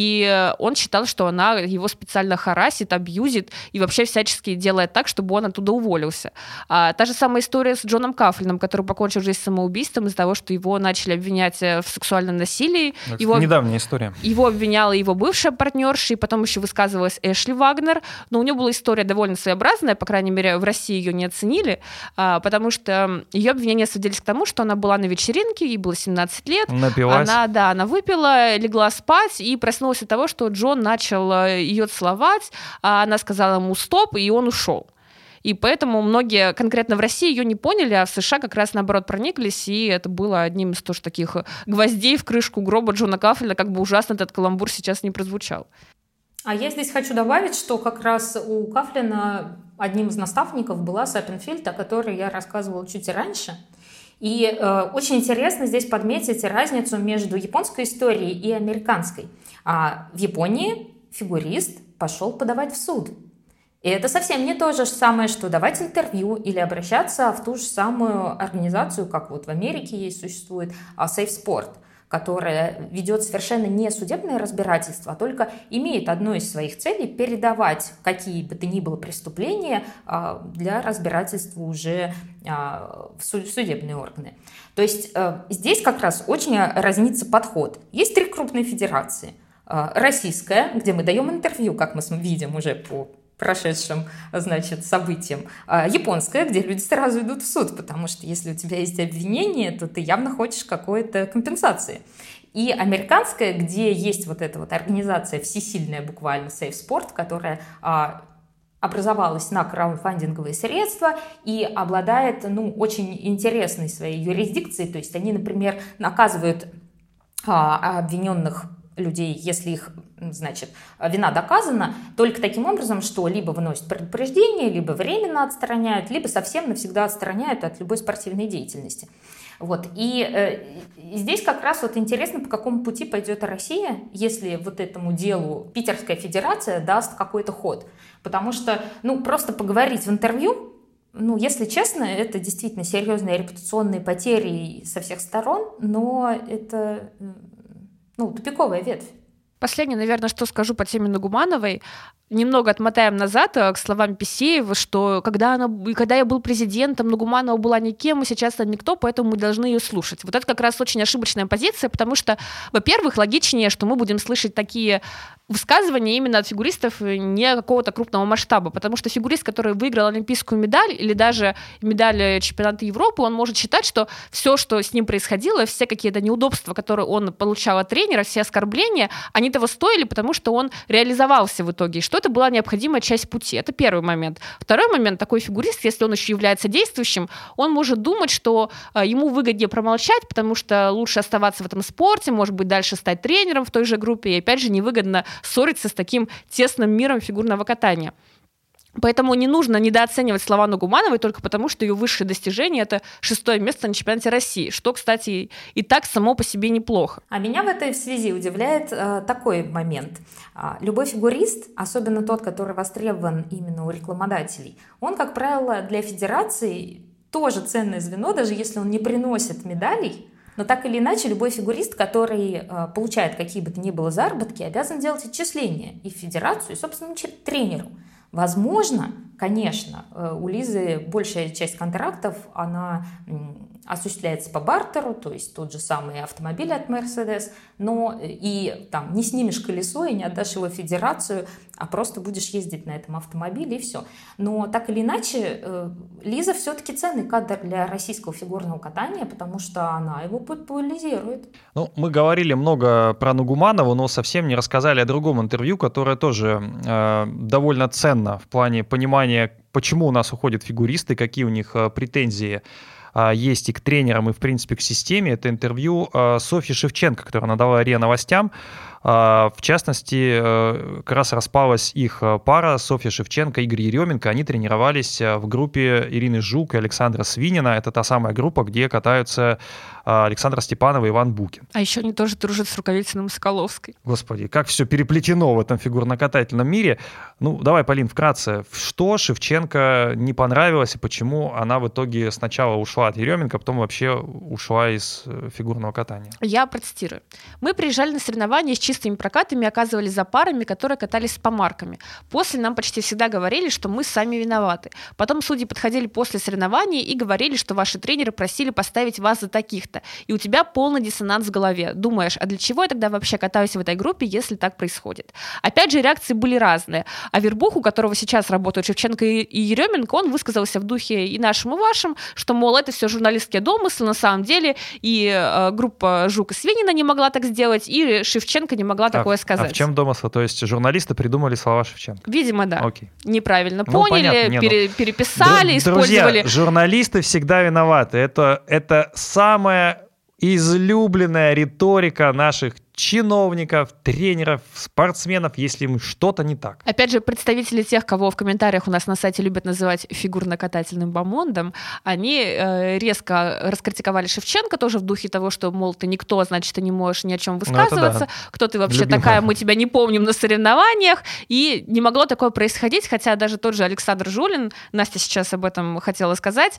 И он считал, что она его специально харассит, абьюзит и вообще всячески делает так, чтобы он оттуда уволился. Та же самая история с Джоном Кафлином, который покончил жизнь самоубийством из-за того, что его начали обвинять в сексуальном насилии. Недавняя история. Его обвиняла его бывшая партнерша, и потом еще высказывалась Эшли Вагнер. Но у нее была история довольно своеобразная, по крайней мере, в России ее не оценили, потому что ее обвинения сводились к тому, что она была на вечеринке, ей было 17 лет. Напилась. Она выпила, легла спать и проснулась от того, что Джон начал ее целовать, она сказала ему «стоп», и он ушел. И поэтому многие конкретно в России ее не поняли, а в США как раз наоборот прониклись, и это было одним из тоже таких гвоздей в крышку гроба Джона Кафлина, как бы ужасно этот каламбур сейчас не прозвучал. А я здесь хочу добавить, что как раз у Кафлина одним из наставников была Саппенфельд, о которой я рассказывала чуть раньше. И очень интересно здесь подметить разницу между японской историей и американской. В Японии фигурист пошел подавать в суд. И это совсем не то же самое, что давать интервью или обращаться в ту же самую организацию, как вот в Америке есть, существует Safe Sport, которая ведет совершенно не судебное разбирательство, а только имеет одной из своих целей передавать какие бы то ни было преступления для разбирательства уже в судебные органы. То есть здесь как раз очень разнится подход. Есть 3 крупные федерации. Российская, где мы даем интервью, как мы видим уже по прошедшим, значит, событиям. Японская, где люди сразу идут в суд, потому что если у тебя есть обвинение, то ты явно хочешь какой-то компенсации. И американская, где есть вот эта вот организация всесильная буквально Safe Sport, которая образовалась на краундфандинговые средства и обладает, очень интересной своей юрисдикцией. То есть они, например, наказывают обвиненных людей, если их, значит, вина доказана, только таким образом, что либо выносят предупреждение, либо временно отстраняют, либо совсем навсегда отстраняют от любой спортивной деятельности. Вот. И здесь как раз вот интересно, по какому пути пойдет Россия, если вот этому делу Питерская федерация даст какой-то ход. Потому что, просто поговорить в интервью, если честно, это действительно серьезные репутационные потери со всех сторон, но это тупиковая ветвь. Последнее, наверное, что скажу по теме Нугумановой. Немного отмотаем назад к словам Писеева, что когда я был президентом, Нугуманова была никем, и сейчас она никто, поэтому мы должны ее слушать. Вот это как раз очень ошибочная позиция, потому что, во-первых, логичнее, что мы будем слышать такие высказывания именно от фигуристов не какого-то крупного масштаба, потому что фигурист, который выиграл олимпийскую медаль или даже медаль чемпионата Европы, он может считать, что все, что с ним происходило, все какие-то неудобства, которые он получал от тренера, все оскорбления, они того стоили, потому что он реализовался в итоге, и что это была необходимая часть пути. Это первый момент. Второй момент, такой фигурист, если он еще является действующим, он может думать, что ему выгоднее промолчать, потому что лучше оставаться в этом спорте, может быть, дальше стать тренером в той же группе, и опять же невыгодно ссориться с таким тесным миром фигурного катания. Поэтому не нужно недооценивать слова Нугумановой только потому, что ее высшее достижение — это 6-е место на чемпионате России, что, кстати, и так само по себе неплохо. А меня в этой связи удивляет такой момент. Любой фигурист, особенно тот, который востребован именно у рекламодателей, он, как правило, для федерации тоже ценное звено, даже если он не приносит медалей. Но так или иначе, любой фигурист, который получает какие бы то ни было заработки, обязан делать отчисления и в федерацию, и, собственно, тренеру. Возможно, конечно, у Лизы большая часть контрактов, она осуществляется по бартеру, то есть тот же самый автомобиль от Mercedes, но и там не снимешь колесо и не отдашь его в федерацию, а просто будешь ездить на этом автомобиле и все. Но так или иначе, Лиза все-таки ценный кадр для российского фигурного катания, потому что она его популяризирует. Ну, мы говорили много про Нугуманову, но совсем не рассказали о другом интервью, которое тоже довольно ценно в плане понимания, почему у нас уходят фигуристы, какие у них претензии есть и к тренерам, и, в принципе, к системе. Это интервью Софьи Шевченко, которое она дала РИА Новостям. В частности, как раз распалась их пара Софья Шевченко, Игорь Еременко. Они тренировались в группе Ирины Жук и Александра Свинина. Это та самая группа, где катаются Александра Степанова и Иван Букин. А еще они тоже дружат с Рукавицыным и Соколовской. Господи, как все переплетено в этом фигурно-катательном мире. Ну, давай, Полин, вкратце. Что Шевченко не понравилось и почему она в итоге сначала ушла от Еременко, а потом вообще ушла из фигурного катания? Я процитирую. «Мы приезжали на соревнования с чистыми прокатами, оказывались за парами, которые катались с помарками. После нам почти всегда говорили, что мы сами виноваты. Потом судьи подходили после соревнований и говорили, что ваши тренеры просили поставить вас за таких-то. И у тебя полный диссонанс в голове. Думаешь, а для чего я тогда вообще катаюсь в этой группе, если так происходит?» Опять же, реакции были разные. А Вербух, у которого сейчас работают Шевченко и Еременко, он высказался в духе и нашим, и вашим, что, мол, это все журналистские домыслы, на самом деле и группа Жук и Свинина не могла так сделать, и Шевченко не могла такое сказать. А в чем домысл? То есть журналисты придумали слова Шевченко? Видимо, да. Окей. Неправильно поняли, понятно. переписали, использовали. Друзья, журналисты всегда виноваты. Это самая излюбленная риторика наших чиновников, тренеров, спортсменов, если им что-то не так. Опять же, представители тех, кого в комментариях у нас на сайте любят называть фигурно-катательным бомондом, они резко раскритиковали Шевченко тоже в духе того, что, мол, ты никто, значит, ты не можешь ни о чем высказываться, да. Кто ты вообще Любимая. такая, мы тебя не помним на соревнованиях, и не могло такое происходить, хотя даже тот же Александр Жулин, Настя сейчас об этом хотела сказать,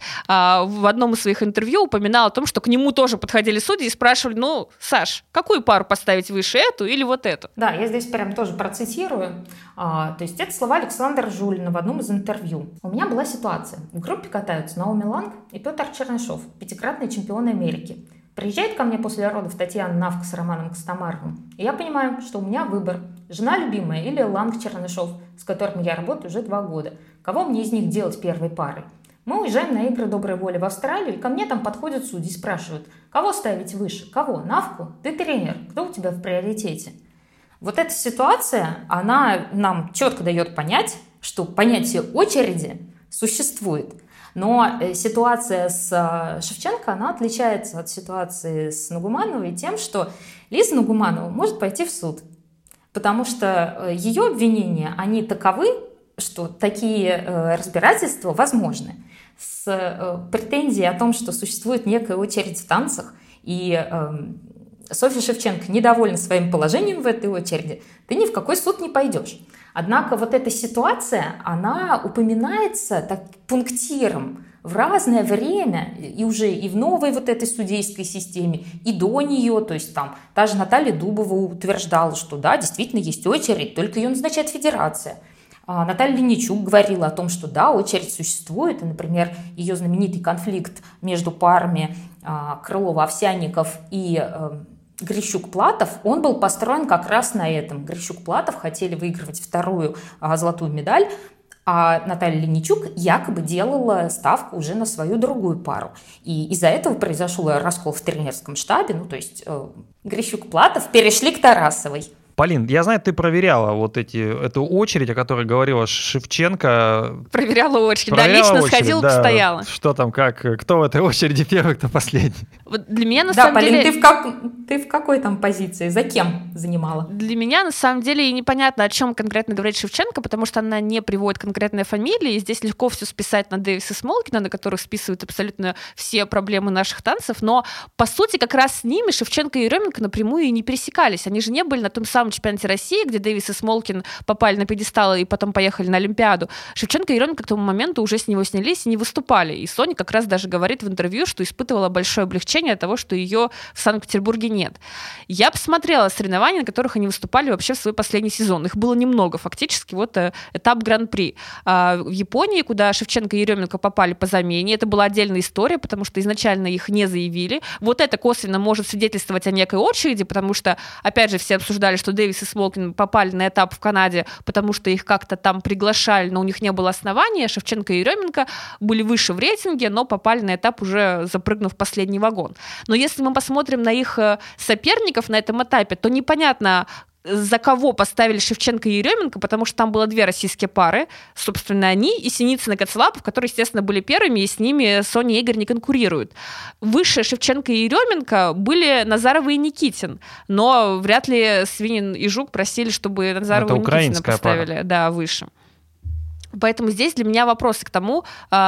в одном из своих интервью упоминал о том, что к нему тоже подходили судьи и спрашивали, ну, Саш, какую пару поставить выше эту или вот эту? Да, я здесь прям тоже процитирую. То есть это слова Александра Жулина в одном из интервью. «У меня была ситуация. В группе катаются Наоми Ланг и Петр Чернышов, пятикратные чемпионы Америки. Приезжает ко мне после родов Татьяна Навка с Романом Костомаровым, и я понимаю, что у меня выбор. Жена любимая или Ланг Чернышов, с которым я работаю уже 2 года. Кого мне из них делать первой парой? Мы уезжаем на игры доброй воли в Австралию, и ко мне там подходят судьи и спрашивают, кого ставить выше? Кого? Навку? Ты тренер. Кто у тебя в приоритете?» Вот эта ситуация, она нам четко дает понять, что понятие очереди существует. Но ситуация с Шевченко, она отличается от ситуации с Нугумановой тем, что Лиза Нугуманова может пойти в суд. Потому что ее обвинения, они таковы, что такие разбирательства возможны. С претензией о том, что существует некая очередь в танцах, и Софья Шевченко недовольна своим положением в этой очереди, ты ни в какой суд не пойдешь. Однако вот эта ситуация, она упоминается так пунктиром в разное время, и уже и в новой вот этой судейской системе, и до нее, то есть там та же Наталья Дубова утверждала, что да, действительно есть очередь, только ее назначает федерация. Наталья Линичук говорила о том, что да, очередь существует, и, например, ее знаменитый конфликт между парами Крылова-Овсянников и Грищук-Платов, он был построен как раз на этом. Грищук-Платов хотели выигрывать 2-ю золотую медаль, а Наталья Линичук якобы делала ставку уже на свою другую пару. И из-за этого произошел раскол в тренерском штабе, ну то есть Грищук-Платов перешли к Тарасовой. Полин, я знаю, ты проверяла вот эту очередь, о которой говорила Шевченко. Проверяла очередь, да, лично сходила, постояла. Что там, как, кто в этой очереди первый, кто последний? Вот для меня, на да, самом Полин, деле... ты в какой там позиции? За кем занимала? Для меня, на самом деле, и непонятно, о чем конкретно говорит Шевченко, потому что она не приводит конкретные фамилии, и здесь легко все списать на Дэвиса Смолкина, на которых списывают абсолютно все проблемы наших танцев, но, по сути, как раз с ними Шевченко и Еременко напрямую и не пересекались. Они же не были на том самом втором чемпионате России, где Дэвис и Смолкин попали на пьедестал и потом поехали на Олимпиаду, Шевченко и Еременко к тому моменту уже с него снялись и не выступали. И Соня как раз даже говорит в интервью, что испытывала большое облегчение от того, что ее в Санкт-Петербурге нет. Я посмотрела соревнования, на которых они выступали вообще в свой последний сезон. Их было немного, фактически. Вот этап Гран-при. В Японии, куда Шевченко и Еременко попали по замене, это была отдельная история, потому что изначально их не заявили. Вот это косвенно может свидетельствовать о некой очереди, потому что, опять же, все обсуждали, что Дэвис и Смолкин попали на этап в Канаде, потому что их как-то там приглашали, но у них не было основания. Шевченко и Еременко были выше в рейтинге, но попали на этап, уже запрыгнув в последний вагон. Но если мы посмотрим на их соперников на этом этапе, то непонятно, за кого поставили Шевченко и Еременко, потому что там было две российские пары, собственно, они и Синицын и Коцелапов, которые, естественно, были первыми, и с ними Соня и Игорь не конкурируют. Выше Шевченко и Еременко были Назарова и Никитин, но вряд ли Свинин и Жук просили, чтобы Назарова и Никитина поставили. Пара. Да, выше. Поэтому здесь для меня вопросы к тому,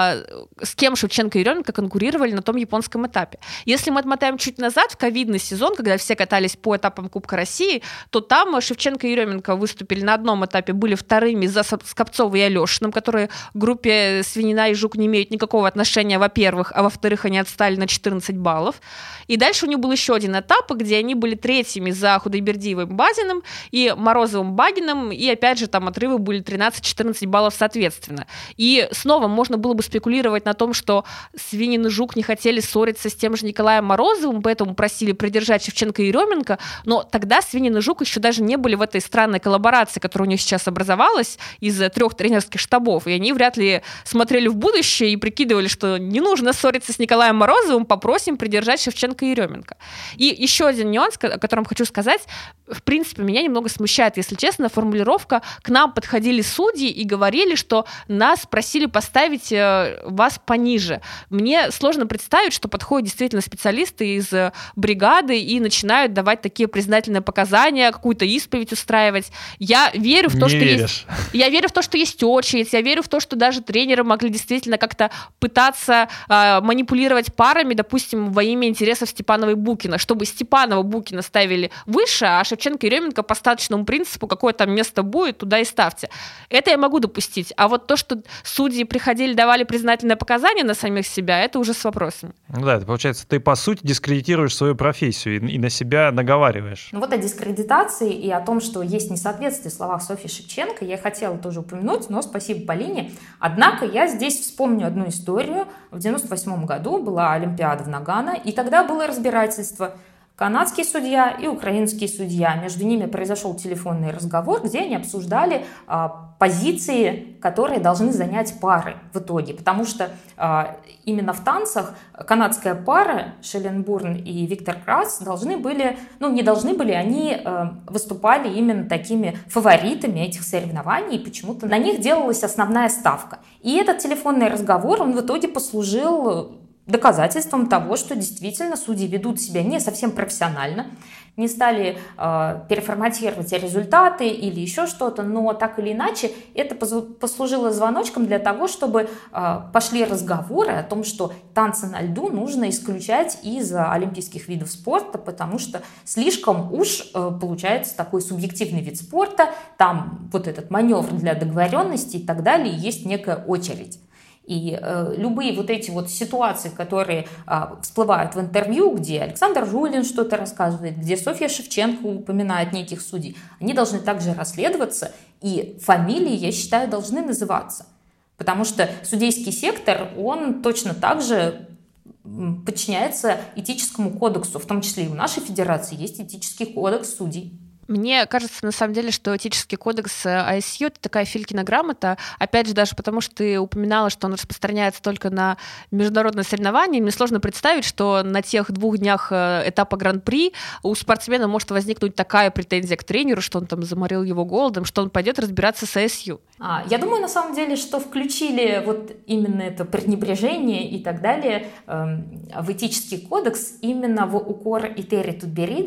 с кем Шевченко и Еременко конкурировали на том японском этапе. Если мы отмотаем чуть назад, в ковидный сезон, когда все катались по этапам Кубка России, то там Шевченко и Еременко выступили на одном этапе, были вторыми за Скопцовой и Алешиным, которые к группе Свинина и Жук не имеют никакого отношения, во-первых, а во-вторых, они отстали на 14 баллов. И дальше у них был еще один этап, где они были третьими за Худайбердиевым, Базиным и Морозовым, Багиным, и опять же там отрывы были 13-14 баллов соответственно. И снова можно было бы спекулировать на том, что Свинин и Жук не хотели ссориться с тем же Николаем Морозовым, поэтому просили придержать Шевченко и Еременко, но тогда Свинин и Жук еще даже не были в этой странной коллаборации, которая у них сейчас образовалась из 3 тренерских штабов, и они вряд ли смотрели в будущее и прикидывали, что не нужно ссориться с Николаем Морозовым, попросим придержать Шевченко и Еременко. И еще один нюанс, о котором хочу сказать, в принципе, меня немного смущает, если честно, формулировка: к нам подходили судьи и говорили, что нас просили поставить вас пониже. Мне сложно представить, что подходят действительно специалисты из бригады и начинают давать такие признательные показания, какую-то исповедь устраивать. Я верю в то, я верю в то, что есть очередь, я верю в то, что даже тренеры могли действительно как-то пытаться манипулировать парами, допустим, во имя интересов Степанова и Букина, чтобы Степанова, Букина ставили выше, а Шевченко и Еременко по статичному принципу, какое там место будет, туда и ставьте. Это я могу допустить. А вот то, что судьи приходили, давали признательные показания на самих себя, это уже с вопросами. Ну да, это получается, ты по сути дискредитируешь свою профессию и на себя наговариваешь. Ну вот о дискредитации и о том, что есть несоответствие в словах Софьи Шевченко, я хотела тоже упомянуть, но спасибо Полине. Однако я здесь вспомню одну историю. В 1998 году была Олимпиада в Нагано, и тогда было разбирательство. Канадский судья и украинский судья. Между ними произошел телефонный разговор, где они обсуждали позиции, которые должны занять пары в итоге. Потому что именно в танцах канадская пара Шелленбурн и Виктор Крас должны были, они выступали именно такими фаворитами этих соревнований, и почему-то на них делалась основная ставка. И этот телефонный разговор, он в итоге послужил доказательством того, что действительно судьи ведут себя не совсем профессионально, не стали переформатировать результаты или еще что-то, но так или иначе это послужило звоночком для того, чтобы пошли разговоры о том, что танцы на льду нужно исключать из олимпийских видов спорта, потому что слишком уж получается такой субъективный вид спорта, там вот этот маневр для договоренности и так далее, есть некая очередь. И любые вот эти вот ситуации, которые всплывают в интервью, где Александр Жулин что-то рассказывает, где Софья Шевченко упоминает неких судей, они должны также расследоваться, и фамилии, я считаю, должны называться. Потому что судейский сектор, он точно так же подчиняется этическому кодексу, в том числе и в нашей федерации есть этический кодекс судей. Мне кажется, на самом деле, что этический кодекс АСЮ — это такая Филькина грамота, опять же, даже потому, что ты упоминала, что он распространяется только на международные соревнования. Мне сложно представить, что на тех 2 днях этапа Гран-при у спортсмена может возникнуть такая претензия к тренеру, что он там заморил его голодом, что он пойдет разбираться с АСЮ. Я думаю, на самом деле, что включили вот именно это пренебрежение и так далее в этический кодекс именно в укор Этери Тутберидзе,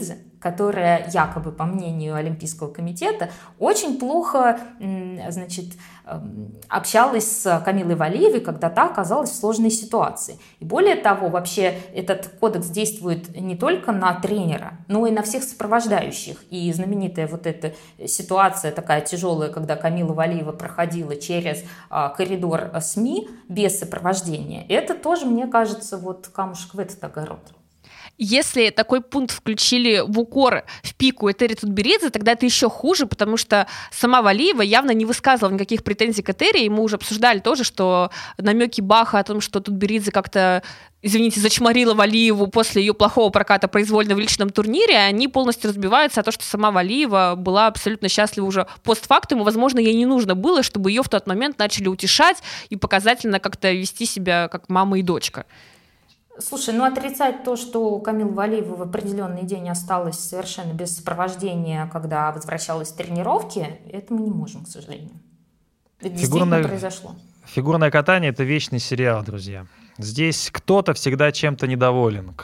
которая якобы, по мнению Олимпийского комитета, очень плохо, значит, общалась с Камилой Валиевой, когда та оказалась в сложной ситуации. И более того, вообще этот кодекс действует не только на тренера, но и на всех сопровождающих. И знаменитая вот эта ситуация такая тяжелая, когда Камила Валиева проходила через коридор СМИ без сопровождения, это тоже, мне кажется, вот камушек в этот огород. Если такой пункт включили в укор в пику Этери Тутберидзе, тогда это еще хуже, потому что сама Валиева явно не высказывала никаких претензий к Этери, и мы уже обсуждали тоже, что намеки Баха о том, что Тутберидзе как-то, извините, зачморила Валиеву после ее плохого проката произвольно в личном турнире, они полностью разбиваются о том, что сама Валиева была абсолютно счастлива уже постфактум, и, возможно, ей не нужно было, чтобы ее в тот момент начали утешать и показательно как-то вести себя как мама и дочка. Слушай, отрицать то, что Камила Валиева в определенный день осталась совершенно без сопровождения, когда возвращалась с тренировки, это мы не можем, к сожалению. Это действительно произошло. Фигурное катание — это вечный сериал, друзья. Здесь кто-то всегда чем-то недоволен,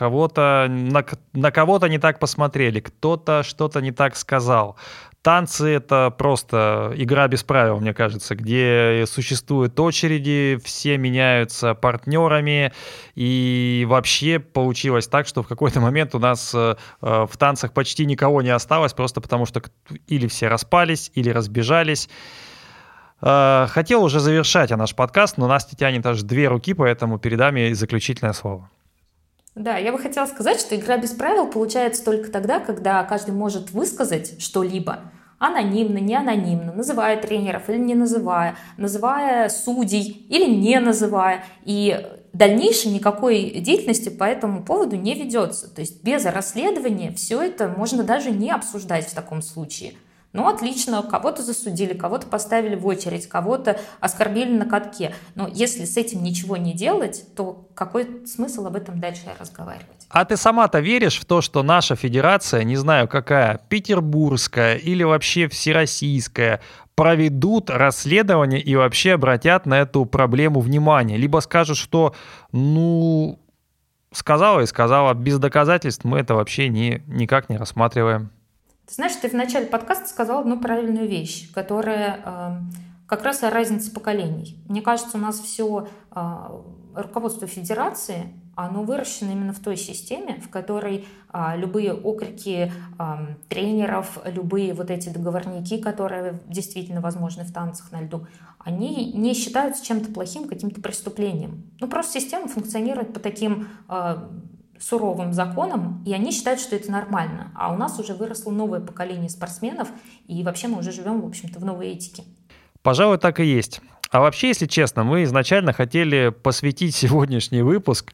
на кого-то не так посмотрели, кто-то что-то не так сказал. Танцы — это просто игра без правил, мне кажется, где существуют очереди, все меняются партнерами, и вообще получилось так, что в какой-то момент у нас в танцах почти никого не осталось, просто потому что или все распались, или разбежались. Хотел уже завершать наш подкаст, но Настя тянет аж 2 руки, поэтому передам ей заключительное слово. Да, я бы хотела сказать, что игра без правил получается только тогда, когда каждый может высказать что-либо анонимно, не анонимно, называя тренеров или не называя, называя судей или не называя. И дальнейшей никакой деятельности по этому поводу не ведется. То есть без расследования все это можно даже не обсуждать в таком случае. Ну, отлично, кого-то засудили, кого-то поставили в очередь, кого-то оскорбили на катке. Но если с этим ничего не делать, то какой смысл об этом дальше разговаривать? А ты сама-то веришь в то, что наша федерация, не знаю какая, петербургская или вообще всероссийская, проведут расследование и вообще обратят на эту проблему внимание? Либо скажут, что, сказала и сказала, без доказательств мы это вообще никак не рассматриваем. Ты знаешь, ты в начале подкаста сказала одну правильную вещь, которая как раз о разнице поколений. Мне кажется, у нас все руководство федерации, оно выращено именно в той системе, в которой любые окрики тренеров, любые вот эти договорники, которые действительно возможны в танцах на льду, они не считаются чем-то плохим, каким-то преступлением. Просто система функционирует по таким суровым законам, и они считают, что это нормально. А у нас уже выросло новое поколение спортсменов, и вообще мы уже живем, в общем-то, в новой этике. Пожалуй, так и есть. А вообще, если честно, мы изначально хотели посвятить сегодняшний выпуск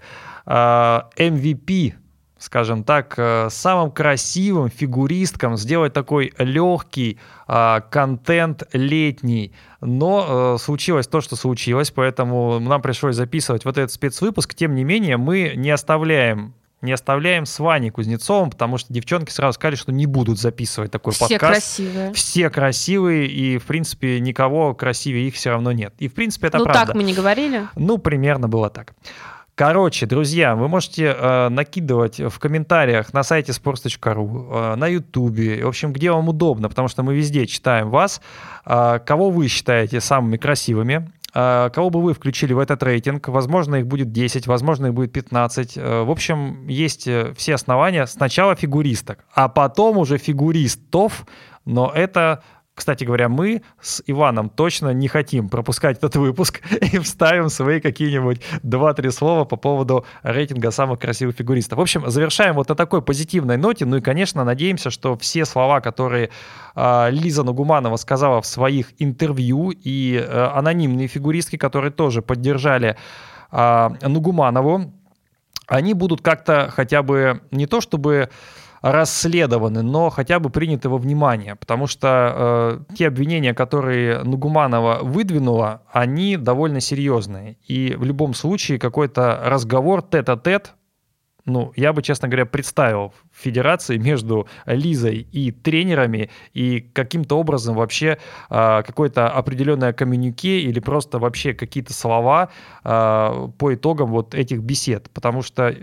MVP, скажем так, самым красивым фигуристкам, сделать такой легкий контент летний. Но случилось то, что случилось, поэтому нам пришлось записывать вот этот спецвыпуск. Тем не менее, мы не оставляем с Ваней Кузнецовым, потому что девчонки сразу сказали, что не будут записывать такой подкаст. Все красивые. Все красивые, и, в принципе, никого красивее их все равно нет. И, в принципе, это правда. Так мы не говорили? Примерно было так. Короче, друзья, вы можете накидывать в комментариях на сайте sports.ru, на Ютубе, в общем, где вам удобно, потому что мы везде читаем вас, кого вы считаете самыми красивыми, кого бы вы включили в этот рейтинг. Возможно, их будет 10, возможно, их будет 15. В общем, есть все основания. Сначала фигуристок, а потом уже фигуристов, но это... Кстати говоря, мы с Иваном точно не хотим пропускать этот выпуск и вставим свои какие-нибудь 2-3 слова по поводу рейтинга самых красивых фигуристов. В общем, завершаем вот на такой позитивной ноте. Ну и, конечно, надеемся, что все слова, которые Лиза Нугуманова сказала в своих интервью, и анонимные фигуристки, которые тоже поддержали Нугуманову, они будут как-то хотя бы не то чтобы... расследованы, но хотя бы приняты во внимание, потому что те обвинения, которые Нугуманова выдвинула, они довольно серьезные. И в любом случае какой-то разговор тет-а-тет, я бы, честно говоря, представил в федерации между Лизой и тренерами, и каким-то образом вообще какое-то определенное коммюнике или просто вообще какие-то слова по итогам вот этих бесед. Потому что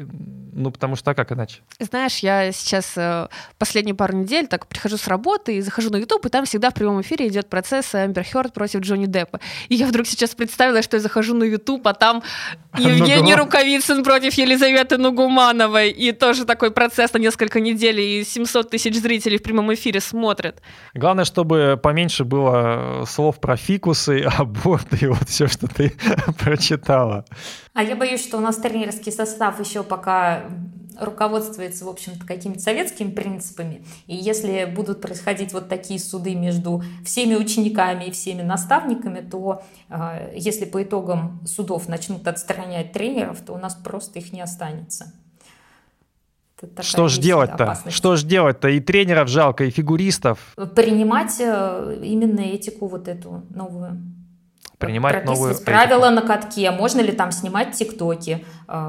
Ну, потому что, а как иначе? Знаешь, я сейчас последние пару недель так прихожу с работы и захожу на YouTube, и там всегда в прямом эфире идет процесс Амбер Хёрд против Джонни Деппа. И я вдруг сейчас представила, что я захожу на YouTube, а там Евгений Рукавицын против Елизаветы Нугумановой, и тоже такой процесс на несколько недель, и 700 тысяч зрителей в прямом эфире смотрят. Главное, чтобы поменьше было слов про фикусы, аборты и вот все, что ты прочитала. А я боюсь, что у нас тренерский состав еще пока руководствуется, в общем-то, какими-то советскими принципами. И если будут происходить вот такие суды между всеми учениками и всеми наставниками, то если по итогам судов начнут отстранять тренеров, то у нас просто их не останется. Что ж делать-то? Что ж делать-то? И тренеров жалко, и фигуристов. Принимать именно этику вот эту новую. Принимать новую этику. Правила на катке. Можно ли там снимать тиктоки,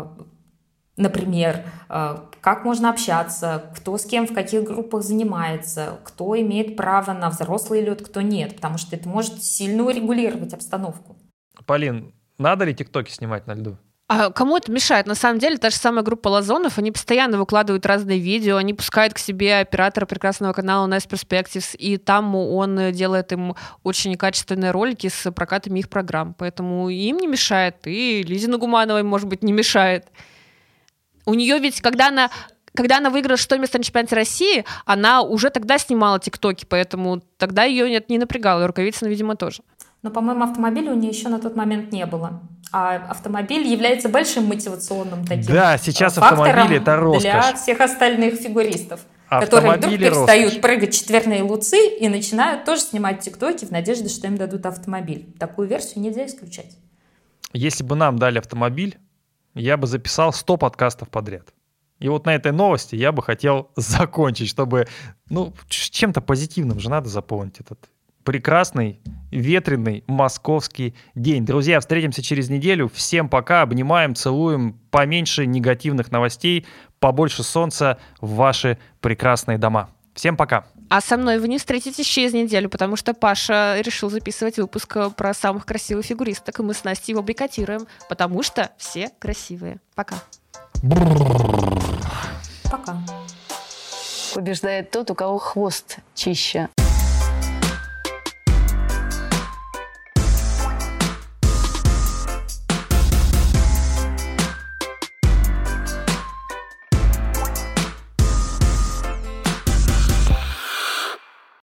например, как можно общаться, кто с кем в каких группах занимается, кто имеет право на взрослый лед, кто нет, потому что это может сильно урегулировать обстановку. Полин, надо ли тиктоки снимать на льду? А кому это мешает? На самом деле, та же самая группа Лазонов, они постоянно выкладывают разные видео, они пускают к себе оператора прекрасного канала Nice Perspectives, и там он делает им очень качественные ролики с прокатами их программ. Поэтому им не мешает, и Лизе Нугумановой, может быть, не мешает. У нее ведь, когда она выиграла 6 место на чемпионате России, она уже тогда снимала тиктоки, поэтому тогда ее это не напрягало, и Рукавицына, видимо, тоже. Но, по-моему, автомобиля у нее еще на тот момент не было. А автомобиль является большим мотивационным таким сейчас автомобиль — это роскошь для всех остальных фигуристов, которые вдруг перестают прыгать четверные луцы и начинают тоже снимать тиктоки в надежде, что им дадут автомобиль. Такую версию нельзя исключать. Если бы нам дали автомобиль, я бы записал 100 подкастов подряд. И вот на этой новости я бы хотел закончить, чтобы, чем-то позитивным же надо заполнить этот прекрасный, ветреный московский день. Друзья, встретимся через неделю. Всем пока, обнимаем, целуем. Поменьше негативных новостей, побольше солнца в ваши прекрасные дома. Всем пока. А со мной вы не встретитесь через неделю, потому что Паша решил записывать выпуск про самых красивых фигуристок, и мы с Настей его бойкотируем, потому что все красивые. Пока. Пока. Побеждает тот, у кого хвост чище.